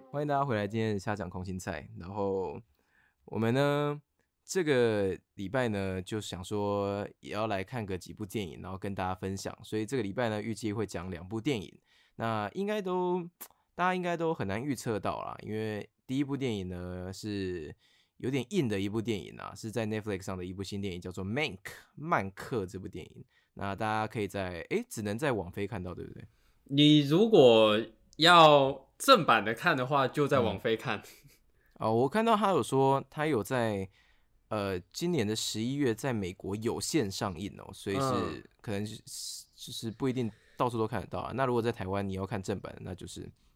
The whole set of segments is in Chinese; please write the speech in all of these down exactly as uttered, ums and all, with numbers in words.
欢迎大家回来，今天瞎讲空心菜。然后我们呢，这个礼拜呢，就想说也要来看个几部电影，然后跟大家分享。所以这个礼拜呢，预计会讲两部电影。那应该都大家应该都很难预测到啦，因为第一部电影呢是有点硬的一部电影啊，是在 Netflix 上的一部新电影，叫做《Mank》曼克这部电影。那大家可以在诶只能在网飞看到，对不对？ 你如果要正版的看的话，就在网飞看。 嗯、哦，我看到他有说他有在呃今年的十一月在美国有线上映哦，所以是、嗯、可能是就是不一定到处都看得到啊。那如果在台湾你要看正版的，那就是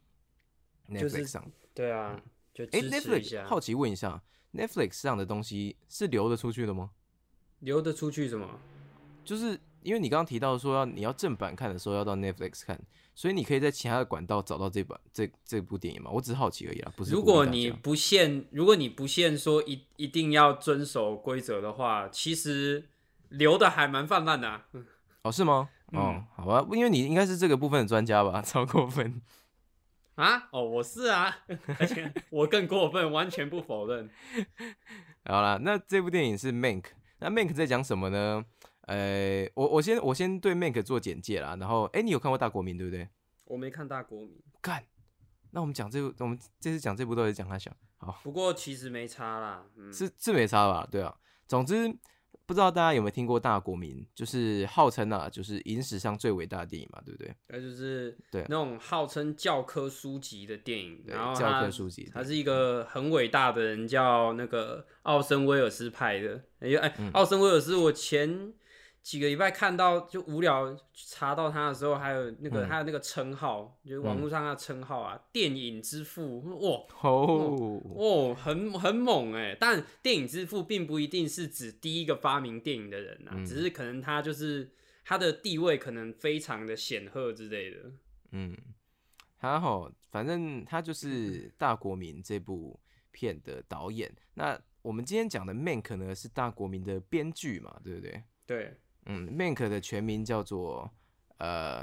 Netflix 上。就是、 对啊，就支持一下。 Netflix 好奇问一下 ，Netflix 上的东西是流得出去的吗？ 流得出去什么？ 就是因为你刚刚提到说要你要正版看的时候要到 Netflix 看，所以你可以在其他的管道找到这本这这部电影吗？我只是好奇而已啦，不是。 如果你不限，如果你不限说一一定要遵守规则的话，其实流的还蛮泛滥的、啊。 哦，是吗？嗯、哦，好吧，因为你应该是这个部分的专家吧，超过分啊！哦，我是啊，而且我更过分，完全不否认。 好啦，那这部电影是 Mank， 那 Mank 在讲什么呢？呃，我我先我先对 Mank 做简介啦，然后哎，你有看过大国民对不对？ 我没看大国民。 干，那我们讲这部，我们这次讲这部都是讲他小。好， 不过其实没差啦，嗯、 是是没差吧？对啊，总之不知道大家有没有听过大国民，就是号称啊，就是影史上最伟大的电影嘛，对不对？ 那就是对那种号称教科书籍的电影，然后教科书籍， 他是一个很伟大的人，叫那个奥森威尔斯拍的。哎、欸嗯，奥森威尔斯，我前几个礼拜看到就无聊查到他的时候，还有那个、嗯、他的那个称号，就是网络上他的称号啊，嗯、电影之父，哇，哦，哦，很很猛哎、欸！但电影之父并不一定是指第一个发明电影的人啊，嗯、只是可能他就是他的地位可能非常的显赫之类的。 嗯，他好，反正他就是《大国民》这部片的导演。那我们今天讲的 Mank 呢，是大国民的编剧嘛，对不对？ 对。 嗯 ，Mank 的全名叫做呃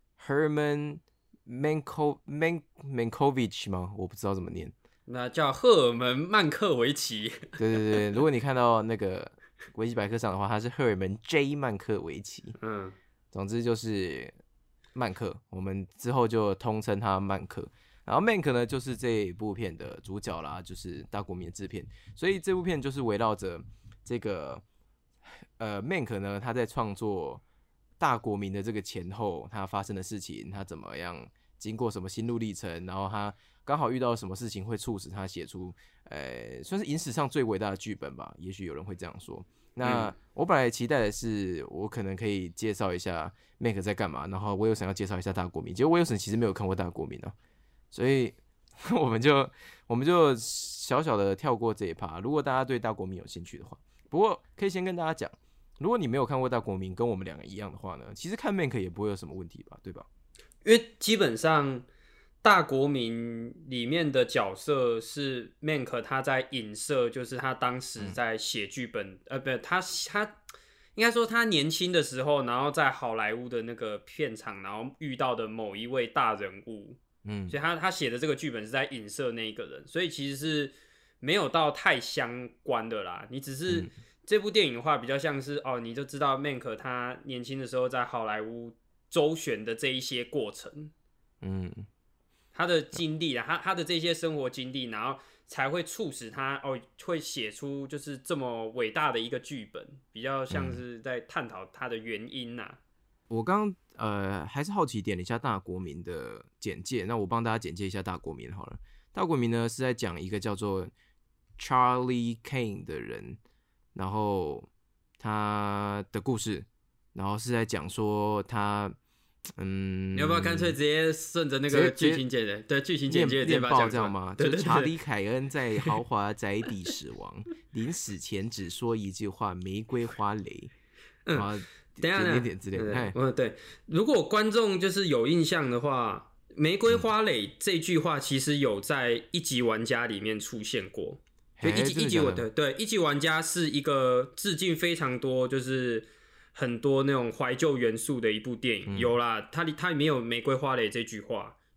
Herman Manko Man Mankiewicz 吗？我不知道怎么念。 那叫赫尔门曼克维奇。 对对对，如果你看到那个维基百科上的话，他是赫尔门 J 曼克维奇。嗯，总之就是曼克，我们之后就通称他曼克。然后 Mank 呢，就是这部片的主角啦，就是大国民的制片，所以这部片就是围绕着这个。呃 ，Mank 呢，他在创作大国民的这个前后，他发生的事情，他怎么样经过什么心路历程，然后他刚好遇到什么事情会促使他写出，呃，算是影史上最伟大的剧本吧，也许有人会这样说。那、嗯、我本来期待的是，我可能可以介绍一下 Mank 在干嘛，然后我有想要介绍一下大国民，结果我有想其实没有看过大国民啊，所以我们就我们就小小的跳过这一趴。如果大家对大国民有兴趣的话。不过可以先跟大家讲，如果你没有看过大国民，跟我们两个一样的话呢，其实看 Mank 也不会有什么问题吧，对吧？ 因为基本上大国民里面的角色是 Mank 他在影射，就是他当时在写剧本，嗯、呃，不，他他应该说他年轻的时候，然后在好莱坞的那个片场，然后遇到的某一位大人物，嗯，所以他他写的这个剧本是在影射那一个人，所以其实是。没有到太相关的啦，你只是、嗯、这部电影的话，比较像是哦，你就知道 Mank 他年轻的时候在好莱坞周旋的这一些过程，嗯，他的经历啊，他他的这些生活经历，然后才会促使他哦，会写出就是这么伟大的一个剧本，比较像是在探讨他的原因呐、啊。 我刚呃还是好奇点了一下大国民的简介，那我帮大家简介一下大国民好了。大国民呢是在讲一个叫做Charlie Kane 的人，然后他的故事，然后是在讲说他，嗯， 你要不要干脆直接顺着那个剧情简介，对剧情简介念报这样吗？对对对，就是查理凯恩在豪华宅邸死亡，临死前只说一句话：玫瑰花蕾。 嗯， 然后等一下， 点点之类的。 嗯，对，如果观众就是有印象的话。玫瑰花蕾这句话其实有在一级玩家里面出现过，就一级一级对对一级玩家是一个致敬非常多，就是很多那种怀旧元素的一部电影。嗯、有啦，它它里面有玫瑰花蕾这句话，就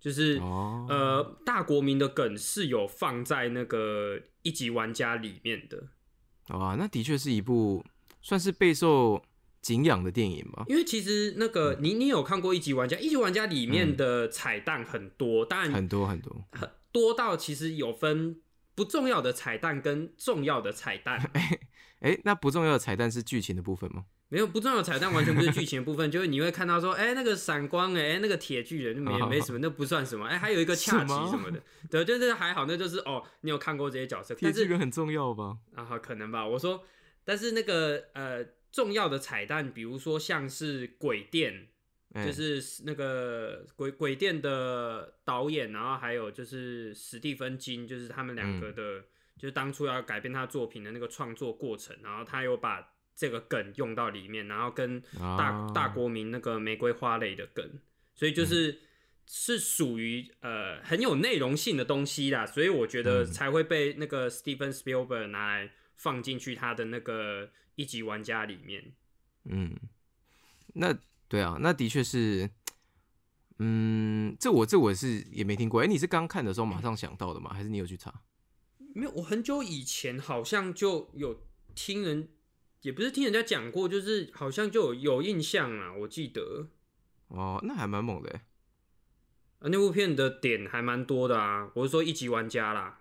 就是、哦、呃大国民的梗是有放在那个一级玩家里面的。 啊，那的确是一部算是备受敬仰的电影吧。 因为其实那个、嗯、你你有看过一级玩家？一级玩家里面的彩蛋很多，当然、 嗯、很多很多， 很多到其实有分不重要的彩蛋跟重要的彩蛋。 哎哎，那不重要的彩蛋是剧情的部分吗？ 没有，不重要的彩蛋完全不是剧情的部分，就是你会看到说，哎、欸，那个闪光、欸，哎，那个铁巨人就没没什么，那不算什么，哎、欸，还有一个恰奇什么的，对，就是还好，那就是哦，你有看过这些角色， 铁巨人很重要吧？ 啊，可能吧。我说，但是那个呃重要的彩蛋，比如说像是鬼店，欸、就是那个鬼鬼店的导演，然后还有就是史蒂芬金，就是他们两个的，嗯、就是当初要改编他作品的那个创作过程，然后他有把这个梗用到里面，然后跟大、啊、大国民那个玫瑰花蕾的梗，所以就是、嗯、是属于呃很有内容性的东西啦，所以我觉得才会被那个 Steven Spielberg 拿来放进去他的那个一级玩家里面。 嗯，那对啊，那的确是，嗯，这我这我是也没听过。哎、欸，你是刚看的时候马上想到的吗？还是你有去查？ 没有，我很久以前好像就有听人。也不是听人家讲过，就是好像就有有印象啊，我记得。 哦，那还蛮猛的。 啊，那部片的点还蛮多的啊，我是说一级玩家啦。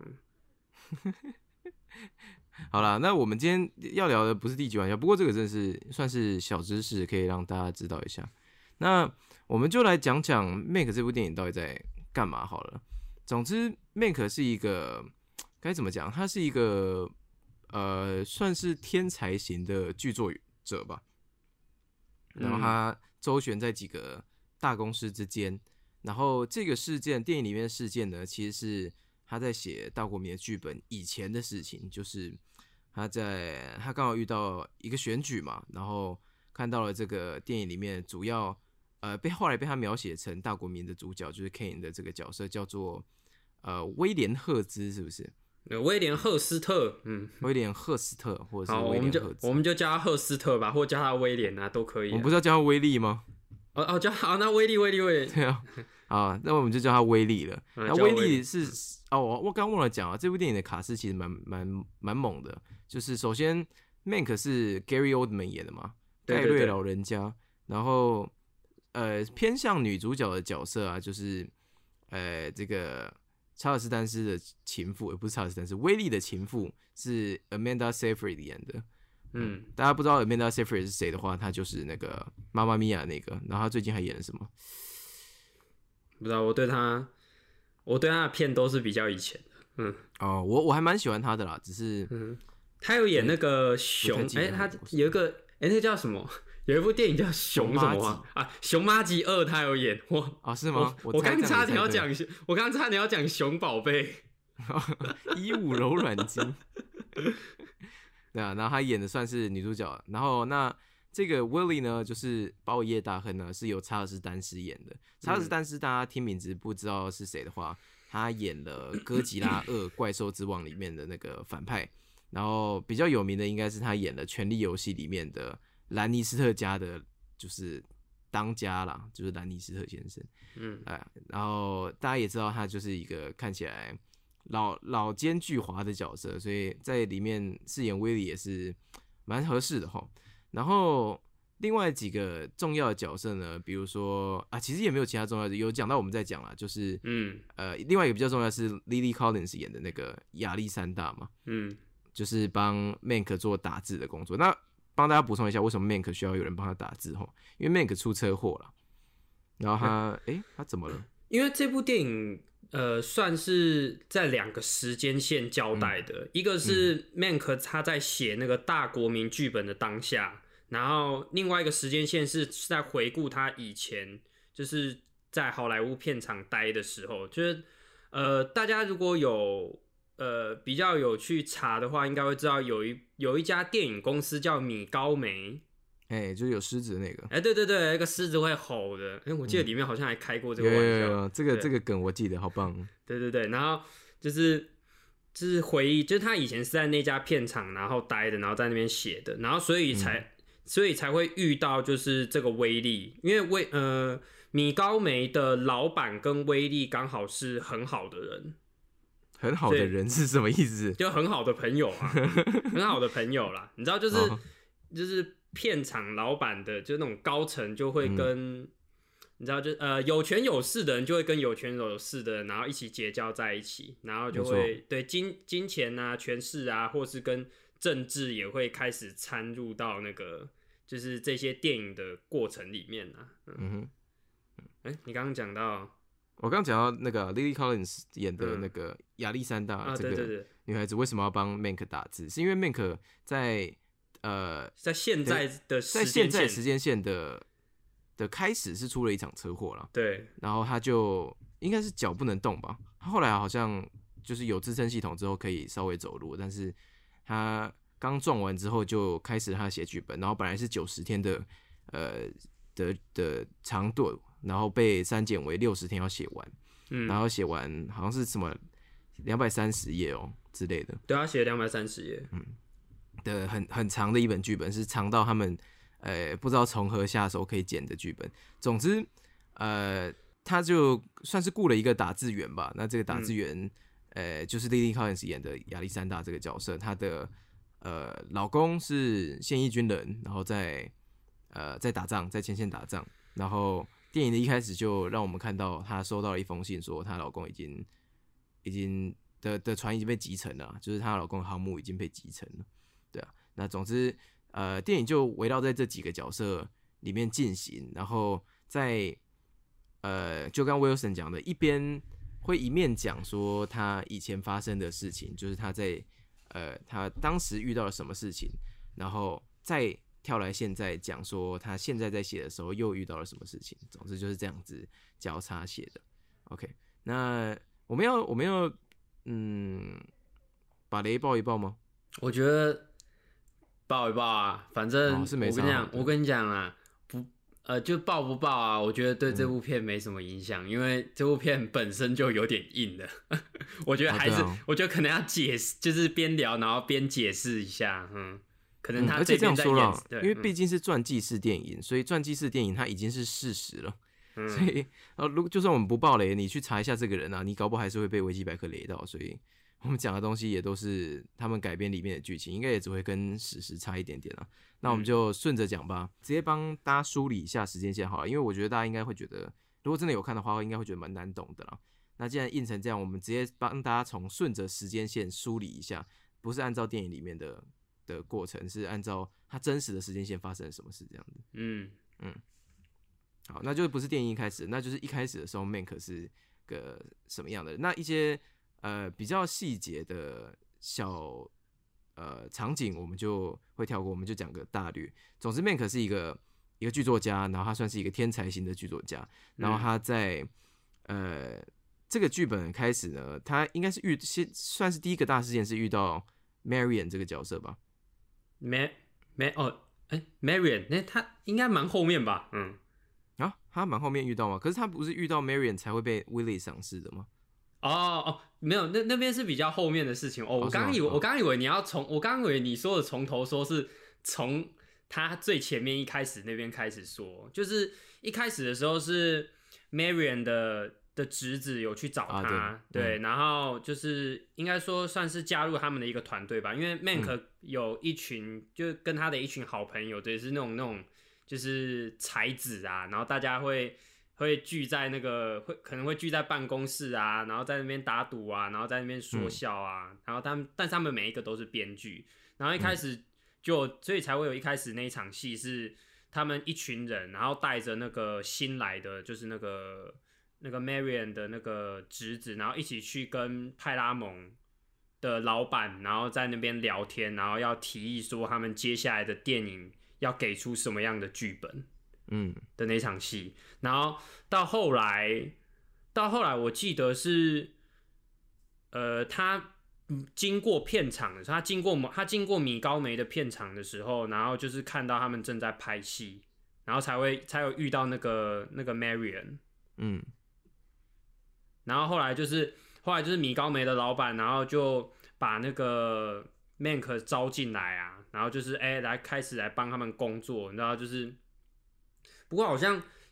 好啦，那我们今天要聊的不是第一级玩家，不过这个真的是算是小知识，可以让大家知道一下。那我们就来讲讲《Mank》这部电影到底在干嘛好了。总之，《Mank》是一个该怎么讲？它是一个。呃，算是天才型的剧作者吧，然后他周旋在几个大公司之间，然后这个事件，电影里面的事件呢，其实是他在写大国民的剧本以前的事情，就是他在他刚好遇到一个选举嘛，然后看到了这个电影里面主要呃被后来被他描写成大国民的主角，就是 Kane 的这个角色叫做呃威廉赫兹，是不是？ 威廉赫斯特，嗯， 威廉赫斯特，或者是威廉赫兹， 我们就叫他赫斯特吧，或叫他威廉啊，都可以、啊。 我们不是要叫他威利吗？ 哦哦，叫好，那威利，威利，威利， 对啊，啊，那我们就叫他威利了。嗯、那威利是哦，我我刚忘了讲啊，这部电影的卡司其实蛮蛮蛮猛的，就是首先 Mank 是 Gary Oldman 演的嘛，盖瑞老人家，然后呃偏向女主角的角色啊，就是呃这个。查尔斯丹斯的情妇，也不是查尔斯丹斯，威利的情妇是 Amanda Seyfried 演的。嗯，大家不知道 Amanda Seyfried 是谁的话，她就是那个妈妈咪呀那个。然后她最近还演了什么？ 不知道，我对她，我对她的片都是比较以前的。嗯， 哦，我我还蛮喜欢她的啦，只是， 嗯，她有演那个熊，哎、欸，她有一个，哎、欸，那个叫什么？有一部电影叫《熊什么啊》啊，《熊妈吉二》他有演，我啊是吗？ 我刚差点要讲，我刚差点要讲熊宝贝， 一五柔软筋，对啊，然后他演的算是女主角，然后那这个 Willie 呢，就是包夜大亨呢，是由查尔斯丹斯演的。查尔斯丹斯大家听名字不知道是谁的话，他演了《哥吉拉二：怪兽之王》里面的那个反派，然后比较有名的应该是他演了《权力游戏》里面的。兰尼斯特家的，就是当家啦，就是兰尼斯特先生，嗯，哎，然后大家也知道他就是一个看起来老老奸巨猾的角色，所以在里面饰演威利也是蛮合适的齁。然后另外几个重要的角色呢，比如说啊，其实也没有其他重要的，有讲到我们再讲啦，就是嗯呃，另外一个比较重要的是 Lily Collins 演的那个亚历山大嘛，嗯，就是帮 Mank 做打字的工作。那帮大家补充一下，为什么 Mank 需要有人帮他打字齁？因为 Mank 出车祸了，然后他，哎、欸，他怎么了？ 因为这部电影，呃，算是在两个时间线交代的，嗯、一个是 Mank 他在写那个大国民剧本的当下，然后另外一个时间线是在回顾他以前就是在好莱坞片场待的时候，就是呃，大家如果有。呃，比较有去查的话，应该会知道有一有一家电影公司叫米高梅， 哎、欸，就是有狮子的那个， 哎、欸，对对对，那个狮子会吼的，哎、欸，我记得里面好像还开过这个玩笑， 有有有有这个这个梗我记得，好棒。 对对对，然后就是就是回忆，就是他以前是在那家片场然后待的，然后在那边写的，然后所以才、嗯、所以才会遇到就是这个威力，因为威呃。 米高梅的老板跟威力刚好是很好的人。 很好的人是什么意思？ 就很好的朋友啊，很好的朋友啦。你知道，就是、哦、就是片场老板的，就那种高层就会跟、嗯、你知道就，就呃有权有势的人就会跟有权有势的人，然后一起结交在一起，然后就会对金金錢啊、权势啊，或是跟政治也会开始掺入到那个就是这些电影的过程里面啊。嗯哼，哎、欸，你刚刚讲到。 我刚讲到那个 Lily Collins 演的那个亚历山大这个女孩子为什么要帮 Mank 打字？是因为 Mank 在呃在现在的在现在时间线的的开始是出了一场车祸了， 对， 然后他就应该是脚不能动吧，他后来好像就是有支撑系统之后可以稍微走路，但是他刚撞完之后就开始他写剧本，然后本来是九十天的呃的的长度。然后被删减为六十天要写完，嗯，然后写完好像是什么两百三十页哦之类的。 对，他写两百三十页， 嗯，的很很长的一本剧本，是长到他们呃不知道从何下手可以剪的剧本。总之，呃，他就算是雇了一个打字员吧。那这个打字员，嗯、呃，就是 Lily Collins 演的亚历山大这个角色，她的呃老公是现役军人，然后在呃在打仗，在前线打仗，然后。电影的一开始就让我们看到她收到了一封信，说她老公已经已经的的船已经被击沉了，就是她老公的航母已经被击沉了，对啊。那总之，呃，电影就围绕在这几个角色里面进行，然后在呃，就刚 Wilson 讲的，一边会一面讲说他以前发生的事情，就是他在呃他当时遇到了什么事情，然后再。跳来现在讲说他现在在写的时候又遇到了什么事情，总之就是这样子交叉写的。OK， 那我们要我们要嗯把雷爆一爆吗？ 我觉得爆一爆啊，反正我跟你讲，我跟你讲啊，不呃就爆不爆啊，我觉得对这部片没什么影响，嗯、因为这部片本身就有点硬的，我觉得还是、啊啊、我觉得可能要解释，就是边聊然后边解释一下，嗯。可能他这边在演、嗯、而且这样说了， 因为毕竟是传记式电影，嗯、所以传记式电影它已经是事实了。嗯、所以，呃，如果就算我们不爆雷，你去查一下这个人啊，你搞不好还是会被维基百科雷到。所以我们讲的东西也都是他们改编里面的剧情，应该也只会跟史实差一点点啊。那我们就顺着讲吧，直接帮大家梳理一下时间线好了，因为我觉得大家应该会觉得，如果真的有看的话，应该会觉得蛮难懂的啦。那既然印成这样，我们直接帮大家从顺着时间线梳理一下，不是按照电影里面的。的过程是按照他真实的时间线发生了什么事这样子，嗯嗯，好，那就不是电影一开始，那就是一开始的时候 Mank 是个什么样的人？那一些呃比较细节的小呃场景，我们就会跳过，我们就讲个大略。总之 ，Mank 是一个一个剧作家，然后他算是一个天才型的剧作家，然后他在、嗯、呃这个剧本开始呢，他应该是遇先算是第一个大事件是遇到 Marion 这个角色吧。 Mar Mar 哦，哎 ，Marion， 那他应该蛮后面吧？嗯， 啊，他蛮后面遇到吗？可是他不是遇到 Marion 才会被 Willie 赏识的吗？ 哦哦，没有，那那边是比较后面的事情哦。我刚以为，我刚以为你要从，我刚以为你说的从头说是从他最前面一开始那边开始说，就是一开始的时候是 Marion 的。的侄子有去找他，啊、对，对嗯、然后就是应该说算是加入他们的一个团队吧，因为 Mank 有一群、嗯、就跟他的一群好朋友，对，是那种那种就是才子啊，然后大家会会聚在那个会可能会聚在办公室啊，然后在那边打赌啊，然后在那边说笑啊，嗯、然后他们但是他们每一个都是编剧，然后一开始就、嗯、所以才会有一开始那一场戏是他们一群人，然后带着那个新来的就是那个。那个 Marion 的那个侄子，然后一起去跟派拉蒙的老板，然后在那边聊天，然后要提议说他们接下来的电影要给出什么样的剧本，嗯，的那场戏。然后到后来，到后来我记得是，呃，他经过片场的时候，他经过他经过米高梅的片场的时候，然后就是看到他们正在拍戏，然后才会才有遇到那个那个 Marion， 嗯。然后后来就是，后来就是米高梅的老板，然后就把那个 Mank 招进来啊，然后就是哎、欸、来开始来帮他们工作，你知道就是，不过好像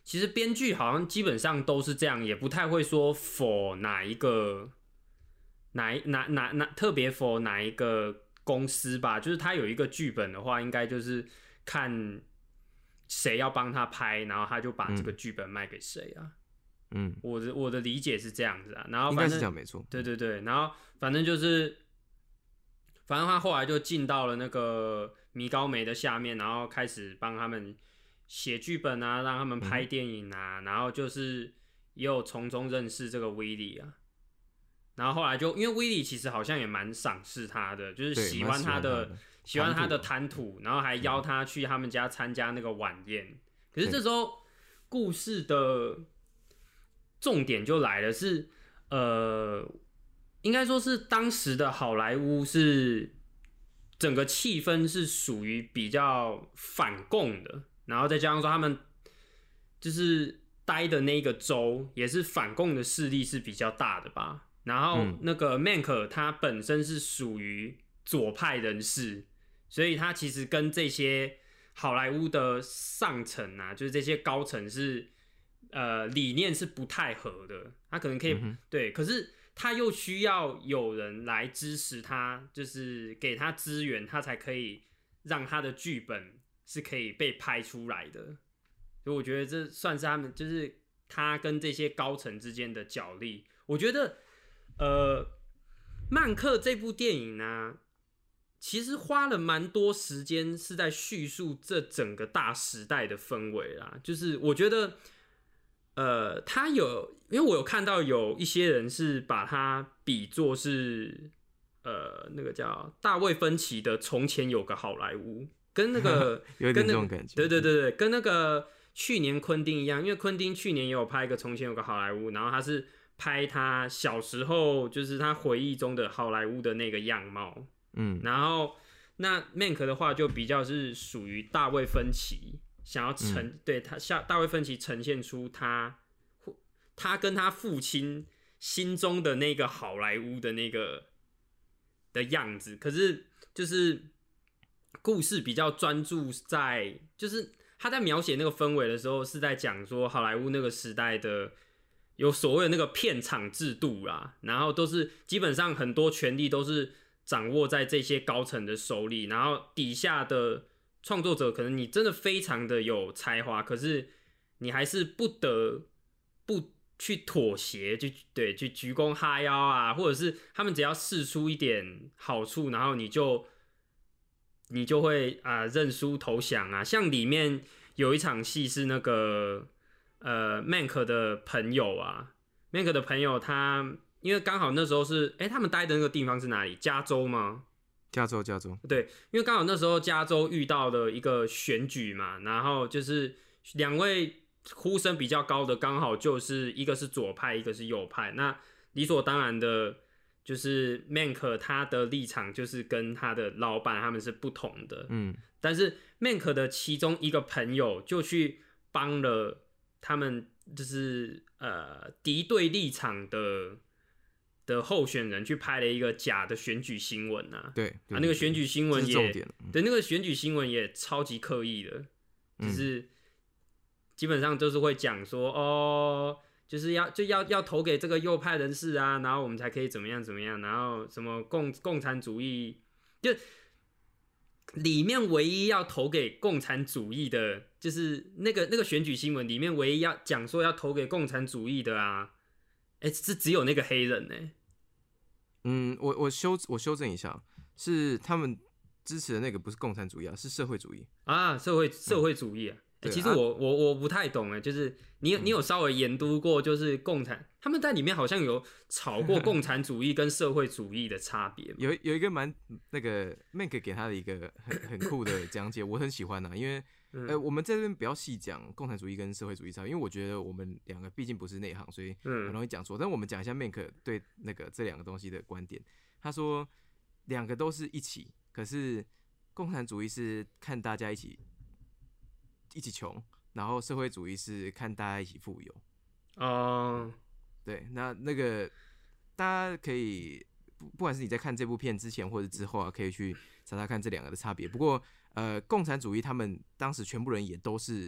其实编剧好像基本上都是这样，也不太会说 for 哪一个哪一哪哪哪特别 for 哪一个公司吧，就是他有一个剧本的话，应该就是看谁要帮他拍，然后他就把这个剧本卖给谁啊。嗯，我的我的理解是这样子啊，然后反正应该是这样没错。 对对对，然后反正就是，反正他后来就进到了那个米高梅的下面，然后开始帮他们写剧本啊，让他们拍电影啊，嗯、然后就是也有从中认识这个威利啊。然后后来就因为威利其实好像也蛮赏识他的，就是喜欢他的喜欢他的谈吐，然后还邀他去他们家参加那个晚宴。可是这时候故事的重点就来了是，是呃，应该说是当时的好莱坞是整个气氛是属于比较反共的，然后再加上说他们就是待的那个州也是反共的势力是比较大的吧。然后那个 Mank 他本身是属于左派人士，所以他其实跟这些好莱坞的上层啊，就是这些高层是呃理念是不太合的。他可能可以、嗯、对，可是他又需要有人来支持他，就是给他资源，他才可以让他的剧本是可以被拍出来的。所以我觉得这算是他们就是他跟这些高层之间的角力。我觉得。呃，曼克这部电影呢，其实花了蛮多时间是在叙述这整个大时代的氛围啦。就是我觉得，呃，他有，因为我有看到有一些人是把它比作是，呃，那个叫大卫芬奇的《从前有个好莱坞》，跟那个有点这种感觉。 对对对对，跟那个去年昆汀一样，因为昆汀去年也有拍一个《从前有个好莱坞》，然后他是。拍他小时候，就是他回忆中的好莱坞的那个样貌，嗯，然后那 Mank 的话就比较是属于大卫芬奇想要呈、嗯、对他像大卫芬奇呈现出他他跟他父亲心中的那个好莱坞的那个的样子，可是就是故事比较专注在，就是他在描写那个氛围的时候，是在讲说好莱坞那个时代的。有所谓的那个片场制度啦，然后都是基本上很多权力都是掌握在这些高层的手里，然后底下的创作者可能你真的非常的有才华，可是你还是不得不去妥协，去对去鞠躬哈腰啊，或者是他们只要释出一点好处，然后你就你就会啊、呃、认输投降啊。像里面有一场戏是那个。呃 ，Mank 的朋友啊 ，Mank 的朋友他，因为刚好那时候是，哎、欸，他们待的那个地方是哪里？加州吗？ 加州，加州。 对，因为刚好那时候加州遇到了一个选举嘛，然后就是两位呼声比较高的，刚好就是一个是左派，一个是右派。那理所当然的，就是 Mank 他的立场就是跟他的老板他们是不同的，嗯，但是 Mank 的其中一个朋友就去帮了。他们就是呃敌对立场的的候选人去拍了一个假的选举新闻啊， 对， 啊那个选举新闻也重点， 对那个选举新闻也超级刻意的，就是、嗯、基本上都是会讲说哦，就是要就要要投给这个右派人士啊，然后我们才可以怎么样怎么样，然后什么共共产主义就。里面唯一要投给共产主义的，就是那个那个选举新闻里面唯一要讲说要投给共产主义的啊，哎、欸，是只有那个黑人呢、欸。 嗯，我我修我修正一下，是他们支持的那个不是共产主义啊，是社会主义啊，社会社会主义啊。嗯欸、其实我、啊、我我不太懂哎，就是你你有稍微研读过，就是共产他们在里面好像有吵过共产主义跟社会主义的差别。 有有一个蛮那个 Mank 给他的一个很很酷的讲解，我很喜欢啊，因为、嗯呃、我们在这边不要细讲共产主义跟社会主义差别，因为我觉得我们两个毕竟不是内行，所以很容易讲错。但我们讲一下 Mank 对那个这两个东西的观点，他说两个都是一起，可是共产主义是看大家一起。一起穷，然后社会主义是看大家一起富有。哦、uh ，对，那那个大家可以不不管是你在看这部片之前或者之后啊，可以去查查看这两个的差别。不过，呃，共产主义他们当时全部人也都是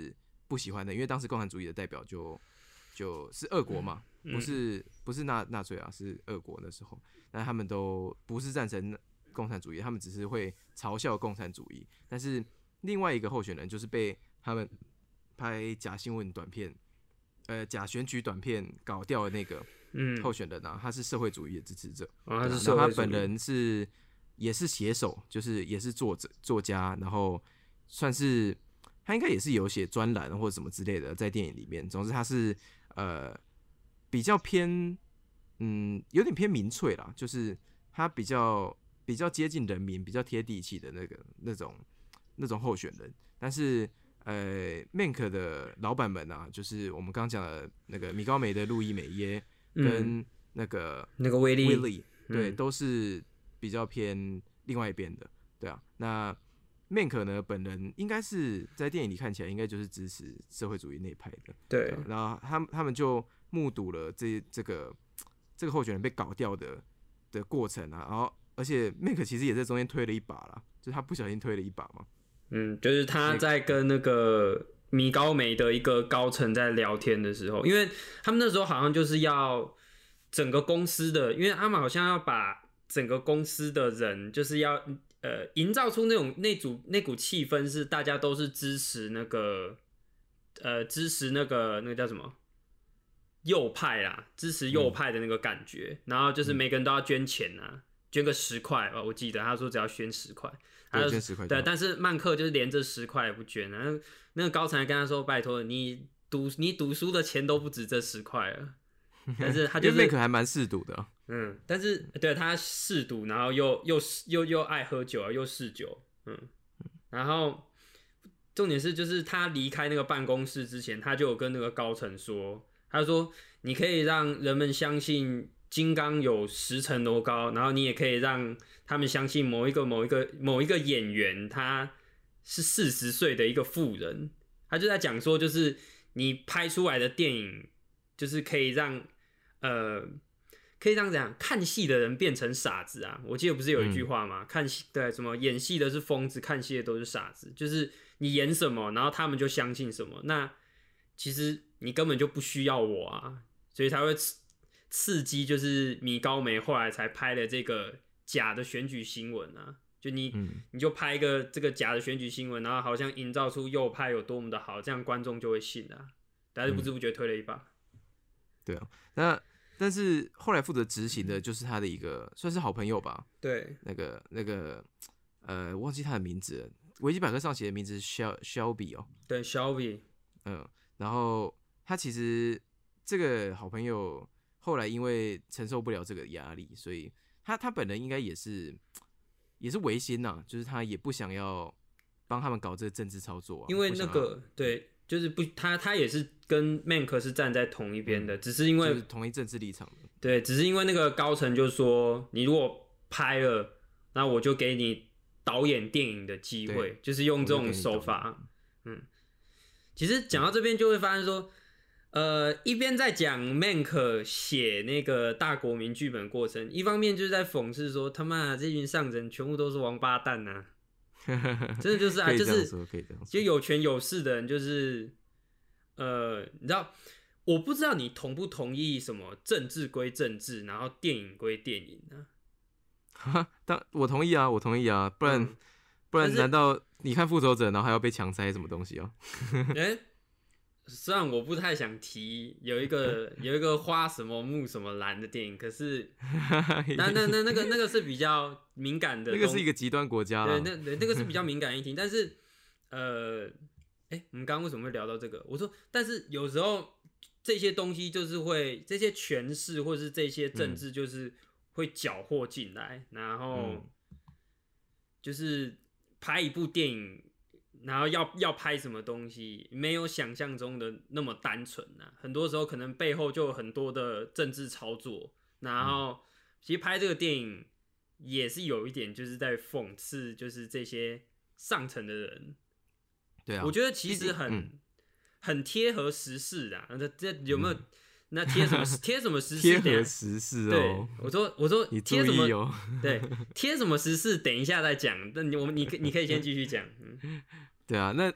不喜欢的，因为当时共产主义的代表就就是俄国嘛，嗯、不是不是纳纳粹啊，是俄国那时候，但他们都不是赞成共产主义，他们只是会嘲笑共产主义。但是另外一个候选人就是被他们拍假新闻短片，呃，假选举短片搞掉的那个候选人啊，他是社会主义的支持者， 哦、他是社会主义， 然后他本人是也是写手，就是也是作者作家，然后算是他应该也是有写专栏或者什么之类的在电影里面。总之他是呃比较偏嗯有点偏民粹啦，就是他比较比较接近人民，比较贴地气的那个那种那种候选人，但是。呃 ，Mank 的老板们啊，就是我们刚刚讲的那个米高梅的路易美耶，跟那个、 嗯、那个威利， 威利，对，嗯、都是比较偏另外一边的，对啊。那 Mank 呢，本人应该是在电影里看起来应该就是支持社会主义那一派的， 对。 对啊、然后他们他们就目睹了这这个这个候选人被搞掉的的过程啊，然后而且 Mank 其实也在中间推了一把啦，就是他不小心推了一把嘛。 嗯，就是他在跟那个米高梅的一个高层在聊天的时候，因为他们那时候好像就是要整个公司的，因为他们好像要把整个公司的人，就是要呃营造出那种那组那股气氛，是大家都是支持那个呃支持那个那个叫什么右派啦，支持右派的那个感觉，嗯、然后就是每个人都要捐钱啊，捐个十块吧，我记得他说只要捐十块。 对，捐十块。 对，但是曼克就是连这十块也不捐啊。那那个高层还跟他说：“拜托，你读你读书的钱都不止这十块了。”但是他就是， 因为 Mank 还蛮嗜赌的、啊。 嗯，但是对他嗜赌，然后又又又又爱喝酒啊，又嗜酒，嗯，然后重点是就是他离开那个办公室之前，他就有跟那个高层说，他说：“你可以让人们相信。”金刚有十层楼高，然后你也可以让他们相信某一个某一个某一个演员他是四十岁的一个富人，他就在讲说，就是你拍出来的电影，就是可以让呃可以让怎样看戏的人变成傻子啊！我记得不是有一句话吗？嗯、看戏对什么演戏的是疯子，看戏的都是傻子，就是你演什么，然后他们就相信什么。那其实你根本就不需要我啊，所以他会。刺激就是米高梅后来才拍了这个假的选举新闻啊，就你、嗯、你就拍一个这个假的选举新闻，然后好像营造出右派有多么的好，这样观众就会信啊，但是不知不觉推了一把。 嗯、对啊，那但是后来负责执行的就是他的一个算是好朋友吧， 对， 那个那个呃忘记他的名字了，维基百科上写的名字是 Shelby 哦， 对 Shelby， 嗯，然后他其实这个好朋友。后来因为承受不了这个压力，所以他他本人应该也是也是违心呐、啊，就是他也不想要帮他们搞这个政治操作、啊。 因为那个对，就是不他他也是跟 Mank 是站在同一边的、嗯，只是因为、 就是、同一政治立场的。 对，只是因为那个高层就说，你如果拍了，那我就给你导演电影的机会，就是用这种手法。嗯，其实讲到这边就会发现说。呃，一边在讲 Mank 写那个大国民剧本过程，一方面就是在讽刺说他妈这群上人全部都是王八蛋呐、啊，真的就是啊，就是就有权有势的人，就是呃，你知道，我不知道你同不同意什么政治归政治，然后电影归电影啊？当我同意啊，我同意啊，不然、嗯、不然难道你看复仇者，然后还要被强塞什么东西哦？ 欸虽然我不太想提有一个有一个花什么木什么蓝的电影，可是那那那那个那个是比较敏感的， 那个是一个极端国家啦， 对，那那个是比较敏感议题。但是呃，哎、欸，我们刚刚为什么会聊到这个？我说，但是有时候这些东西就是会这些权势或是这些政治就是会搅和进来，嗯、然后就是拍一部电影。然后要要拍什么东西，没有想象中的那么单纯啊！很多时候可能背后就有很多的政治操作。然后，其实拍这个电影也是有一点，就是在讽刺，就是这些上层的人。 对啊， 我觉得其实很、嗯、很贴合时事啊。这这有没有？嗯、那贴什么贴什么时事？ 贴合时事哦。 对，我说我说贴什么？ 哦、 对，贴什么时事？等一下再讲。那我们你你可以先继续讲。嗯对啊，那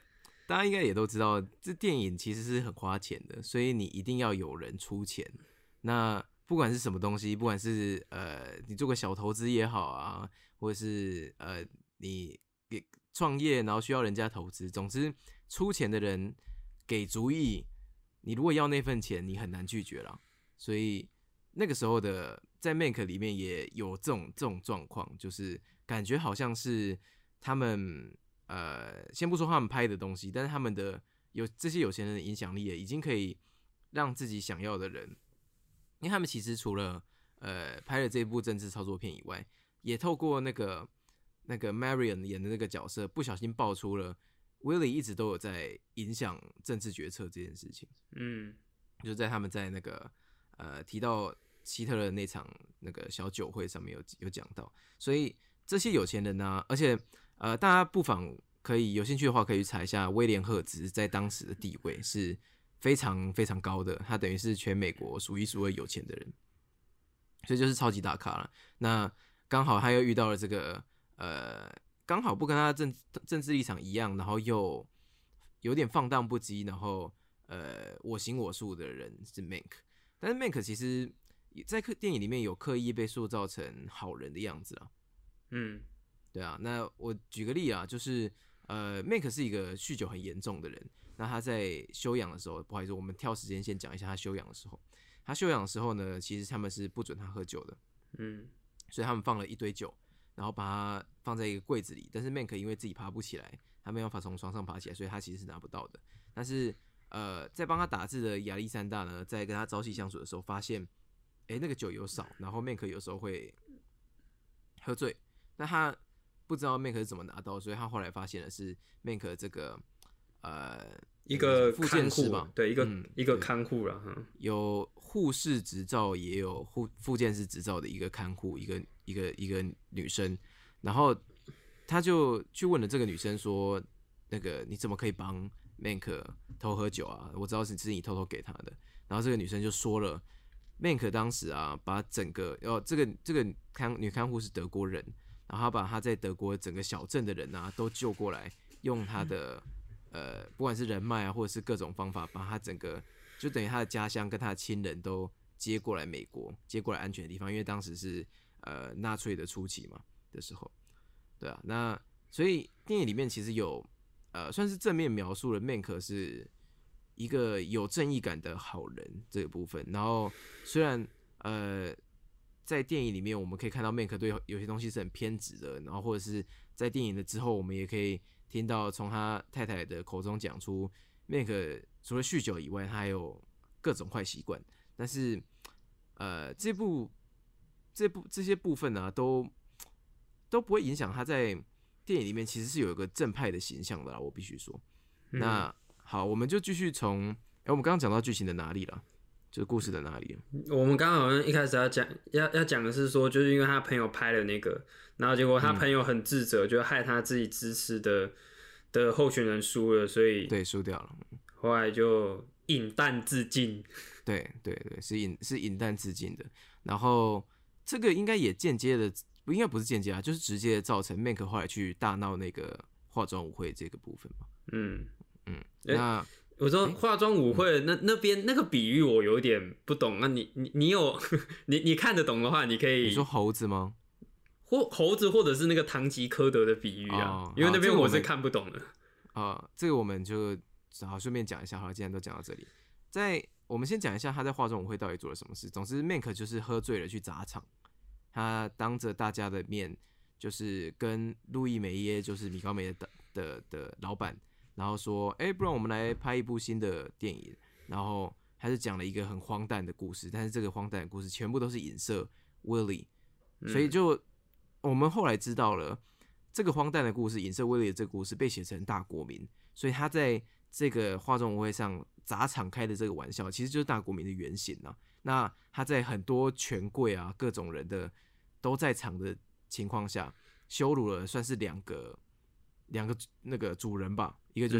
大家应该也都知道，这电影其实是很花钱的，所以你一定要有人出钱。那不管是什么东西，不管是呃你做个小投资也好啊，或者是呃你给创业然后需要人家投资，总之出钱的人给主意，你如果要那份钱，你很难拒绝啦。所以那个时候的在 Mank 里面也有这种这种状况，就是感觉好像是他们呃，先不说他们拍的东西，但是他们的有这些有钱人的影响力也已经可以让自己想要的人，因为他们其实除了呃拍了这部政治操作片以外，也透过那个那个 Marion 演的那个角色，不小心爆出了 Willie 一直都有在影响政治决策这件事情。嗯，就在他们在那个呃提到希特勒的那场那个小酒会上面有有讲到，所以这些有钱人呢、啊，而且呃大家不妨可以有兴趣的话，可以去查一下威廉赫兹在当时的地位是非常非常高的，他等于是全美国数一数二有钱的人，所以就是超级大咖了。那刚好他又遇到了这个呃，刚好不跟他的政政治立场一样，然后又有点放荡不羁，然后呃我行我素的人是 Mank， 但是 Mank 其实在电影里面有刻意被塑造成好人的样子啦。嗯，对啊，那我举个例啊，就是呃 Mank 是一个酗酒很严重的人，那他在休养的时候，不好意思，我们挑时间先讲一下他休养的时候。他休养的时候呢，其实他们是不准他喝酒的，嗯，所以他们放了一堆酒，然后把它放在一个柜子里。但是 Mank 因为自己爬不起来，他没办法从床上爬起来，所以他其实是拿不到的。但是呃，在帮他打字的亚历山大呢，在跟他朝夕相处的时候，发现，哎，那个酒有少，然后 Mank 有时候会喝醉，那他不知道 Mank 是怎么拿到，所以他后来发现的是 Mank 这个呃一个复健师嘛， 对，一个、嗯、一个看护啦， 有护士执照，也有护复健师执照的一个看护，一个一个一个女生，然后他就去问了这个女生说，那个你怎么可以帮 Mank 偷喝酒啊？我知道是是你偷偷给他的。然后这个女生就说了 ，Mank 当时啊，把整个哦，这个这个看女看护是德国人，然后他把他在德国整个小镇的人啊都救过来，用他的呃不管是人脉啊，或者是各种方法，把他整个就等于他的家乡跟他的亲人都接过来美国，接过来安全的地方，因为当时是呃纳粹的初期嘛的时候，对啊，那所以电影里面其实有呃算是正面描述了 Mank 是一个有正义感的好人这个部分。然后虽然呃在电影里面我们可以看到 Mank 对有些东西是很偏执的，然后或者是在电影的之后，我们也可以听到从他太太的口中讲出 Mank 除了酗酒以外，他还有各种坏习惯。但是呃这部这部这些部分呢、啊，都都不会影响他在电影里面其实是有一个正派的形象的啦，我必须说。嗯、那好，我们就继续从，哎，我们刚刚讲到剧情的哪里了？就是故事的哪里？ 我们刚刚好像一开始要讲，要要讲的是说，就是因为他朋友拍了那个，然后结果他朋友很自责，嗯、就害他自己支持的的候选人输了，所以对输掉了， 后来就饮弹自尽。 对对对，是饮是饮弹自尽的。然后这个应该也间接的，应该不是间接啊，就是直接的造成 Mank 后来去大闹那个化妆舞会这个部分嘛。嗯嗯，那。 欸我说化妆舞会那那边那个比喻我有点不懂，那你你你有你你看得懂的话，你可以。 你说猴子吗？ 或猴子或者是那个堂吉诃德的比喻啊，哦、因为那边我是看不懂的。 啊、呃，这个我们就好顺便讲一下好了，既然都讲到这里，在我们先讲一下他在化妆舞会到底做了什么事。总之 ，Mank 就是喝醉了去砸场，他当着大家的面，就是跟路易梅耶，就是米高梅的的的老板。然后说，哎、欸，不然我们来拍一部新的电影。然后还是讲了一个很荒诞的故事，但是这个荒诞的故事全部都是影射 Willie，、嗯、所以就我们后来知道了，这个荒诞的故事影射 Willie 的这个故事被写成大国民，所以他在这个化妆舞会上砸场开的这个玩笑，其实就是大国民的原型啊。那他在很多权贵啊、各种人的都在场的情况下，羞辱了算是两个两个那个主人吧。一个就是、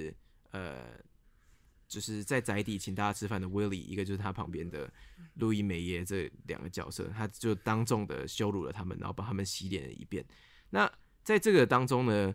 嗯、呃，就是在宅邸请大家吃饭的 Willie， 一个就是他旁边的路易梅耶，这两个角色，他就当众的羞辱了他们，然后把他们洗脸了一遍。那在这个当中呢，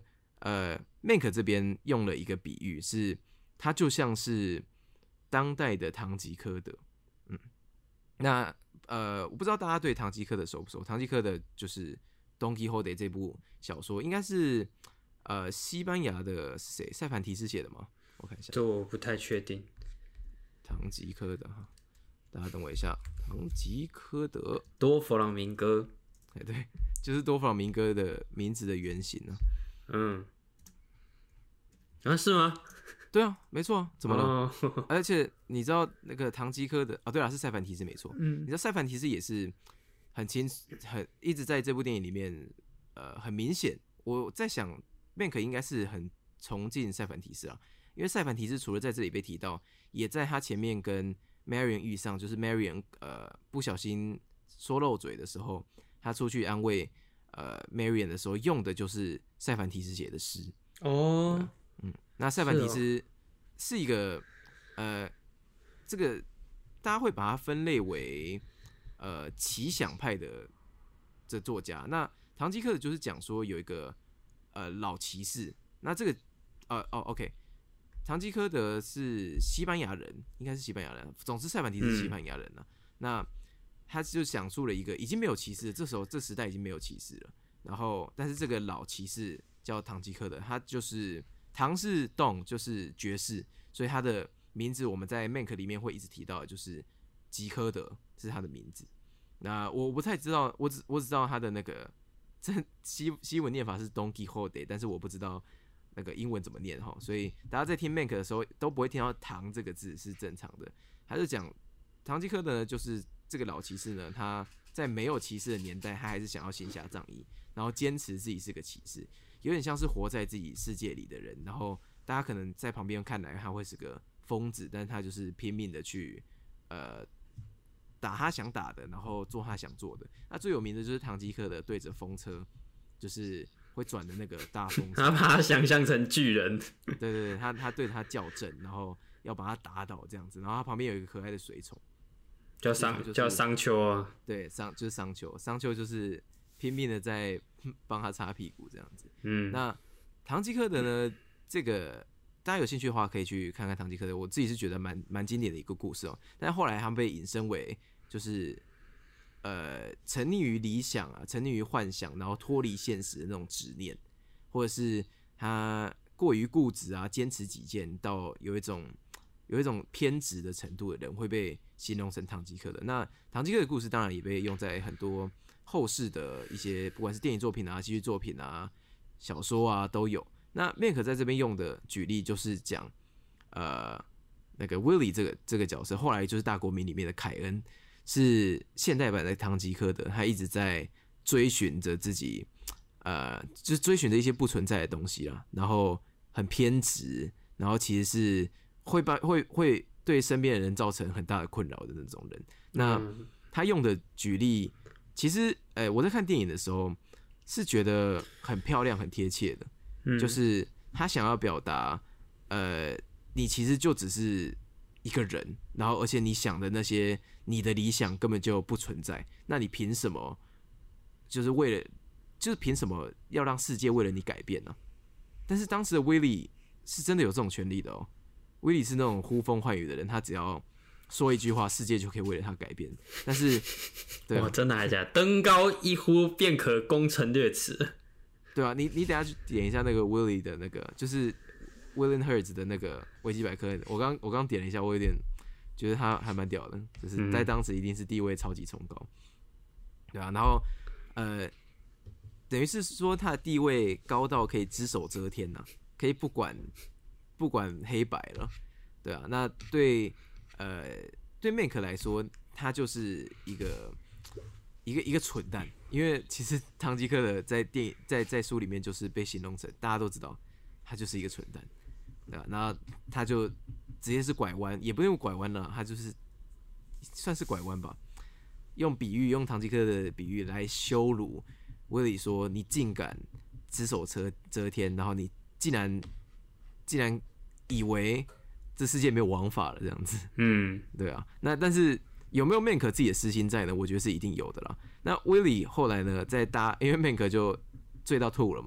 呃 Mank 这边用了一个比喻，是它就像是当代的唐吉诃德。嗯，那呃，我不知道大家对唐吉诃德熟不熟？唐吉诃德就是《Don Quixote》这部小说，应该是呃西班牙的谁塞凡提斯写的吗？我看一下， 这我不太确定。 唐吉诃德哈，大家等我一下。唐吉诃德， 多弗朗明哥， 哎对，就是多弗朗明哥的名字的原型啊。 嗯，啊是吗？ 对啊，没错啊，怎么了？ 哦、 而且你知道那个唐吉诃德啊？对啊，是塞凡提斯没错。 嗯， 你知道塞凡提斯也是很清很一直在这部电影里面，呃，很明显。我在想 ，Mank 应该是很崇敬塞凡提斯啊，因为塞凡提斯除了在这里被提到，也在他前面跟 Marion 遇上，就是 Marion 呃不小心说漏嘴的时候，他出去安慰呃 Marion 的时候，用的就是塞凡提斯写的诗。 哦。 嗯，那塞凡提斯是一个、哦、呃，这个大家会把它分类为呃奇想派的这作家。那唐吉诃德就是讲说有一个呃老骑士，那这个呃哦 OK， 唐吉诃德是西班牙人，应该是西班牙人。总之塞凡提斯是西班牙人了、啊嗯。那他就讲述了一个已经没有骑士了，这时候这时代已经没有骑士了。然后但是这个老骑士叫唐吉诃德，他就是。唐是 Don， 就是爵士，所以他的名字我们在 Mank 里面会一直提到的，就是吉诃德是他的名字。那我不太知道，我只我只知道他的那个这西西文念法是 Don Quixote， 但是我不知道那个英文怎么念哈。所以大家在听 Mank 的时候都不会听到唐这个字是正常的。他就讲唐吉诃德呢，就是这个老骑士呢，他在没有骑士的年代，他还是想要行侠仗义，然后坚持自己是个骑士。有点像是活在自己世界里的人，然后大家可能在旁边看来他会是个疯子，但是他就是拼命的去呃打他想打的，然后做他想做的。那最有名的就是唐吉诃德对着风车，就是会转的那个大风车， 他把他想象成巨人， 对对对，他他对他叫阵，然后要把他打倒这样子，然后他旁边有一个可爱的水虫， 叫桑、就是、叫桑丘啊， 对，桑就是桑丘，桑丘就是拼命的在帮他擦屁股这样子。 嗯， 那唐吉诃德呢？这个大家有兴趣的话，可以去看看唐吉诃德。我自己是觉得蛮蛮经典的一个故事哦。但是后来他们被引申为就是呃沉溺于理想啊，沉溺于幻想，然后脱离现实的那种执念，或者是他过于固执啊，坚持己见到有一种有一种偏执的程度的人，会被形容成唐吉诃德。那唐吉诃德的故事当然也被用在很多后世的一些不管是电影作品啊、戏剧作品啊、小说啊都有。那 Mank 在这边用的举例就是讲，呃，那个 Willie 这个这个角色，后来就是大国民里面的凯恩，是现代版的唐吉诃德，他一直在追寻着自己，呃，就是追寻着一些不存在的东西啦，然后很偏执，然后其实是会把会会对身边的人造成很大的困扰的那种人。那他用的举例，其实，呃、欸，我在看电影的时候是觉得很漂亮、很贴切的。嗯、就是他想要表达，呃，你其实就只是一个人，然后而且你想的那些你的理想根本就不存在，那你凭什么就是为了就是凭什么要让世界为了你改变呢、啊？但是当时的威利是真的有这种权利的哦，威利是那种呼风唤雨的人，他只要说一句话，世界就可以为了他改变。但是，对、啊， 哇，真的还假的？登高一呼便可攻城略池。 对啊，你你等一下去点一下那个 Willie 的那个，就是 William Hertz 的那个维基百科。我刚我刚点了一下，我有点觉得他还蛮屌的，就是在当时一定是地位超级崇高，对啊。然后呃，等于是说他的地位高到可以只手遮天呐、啊，可以不管不管黑白了，对啊。那对呃对 Mank 来说，他就是一个。一个一个蠢蛋，因为其实唐吉诃德在电影在在书里面就是被形容成大家都知道他就是一个蠢蛋，对吧？然后他就直接是拐弯，也不用拐弯了，他就是算是拐弯吧，用比喻用唐吉诃德的比喻来羞辱威利，说你竟敢只手遮遮天，然后你竟然竟然以为这世界没有王法了这样子， 嗯， 对啊，那但是。有没有 Mank 自己的私心在呢？我觉得是一定有的啦。那 Willie 后来呢，在搭，因为 Mank 就醉到吐了嘛，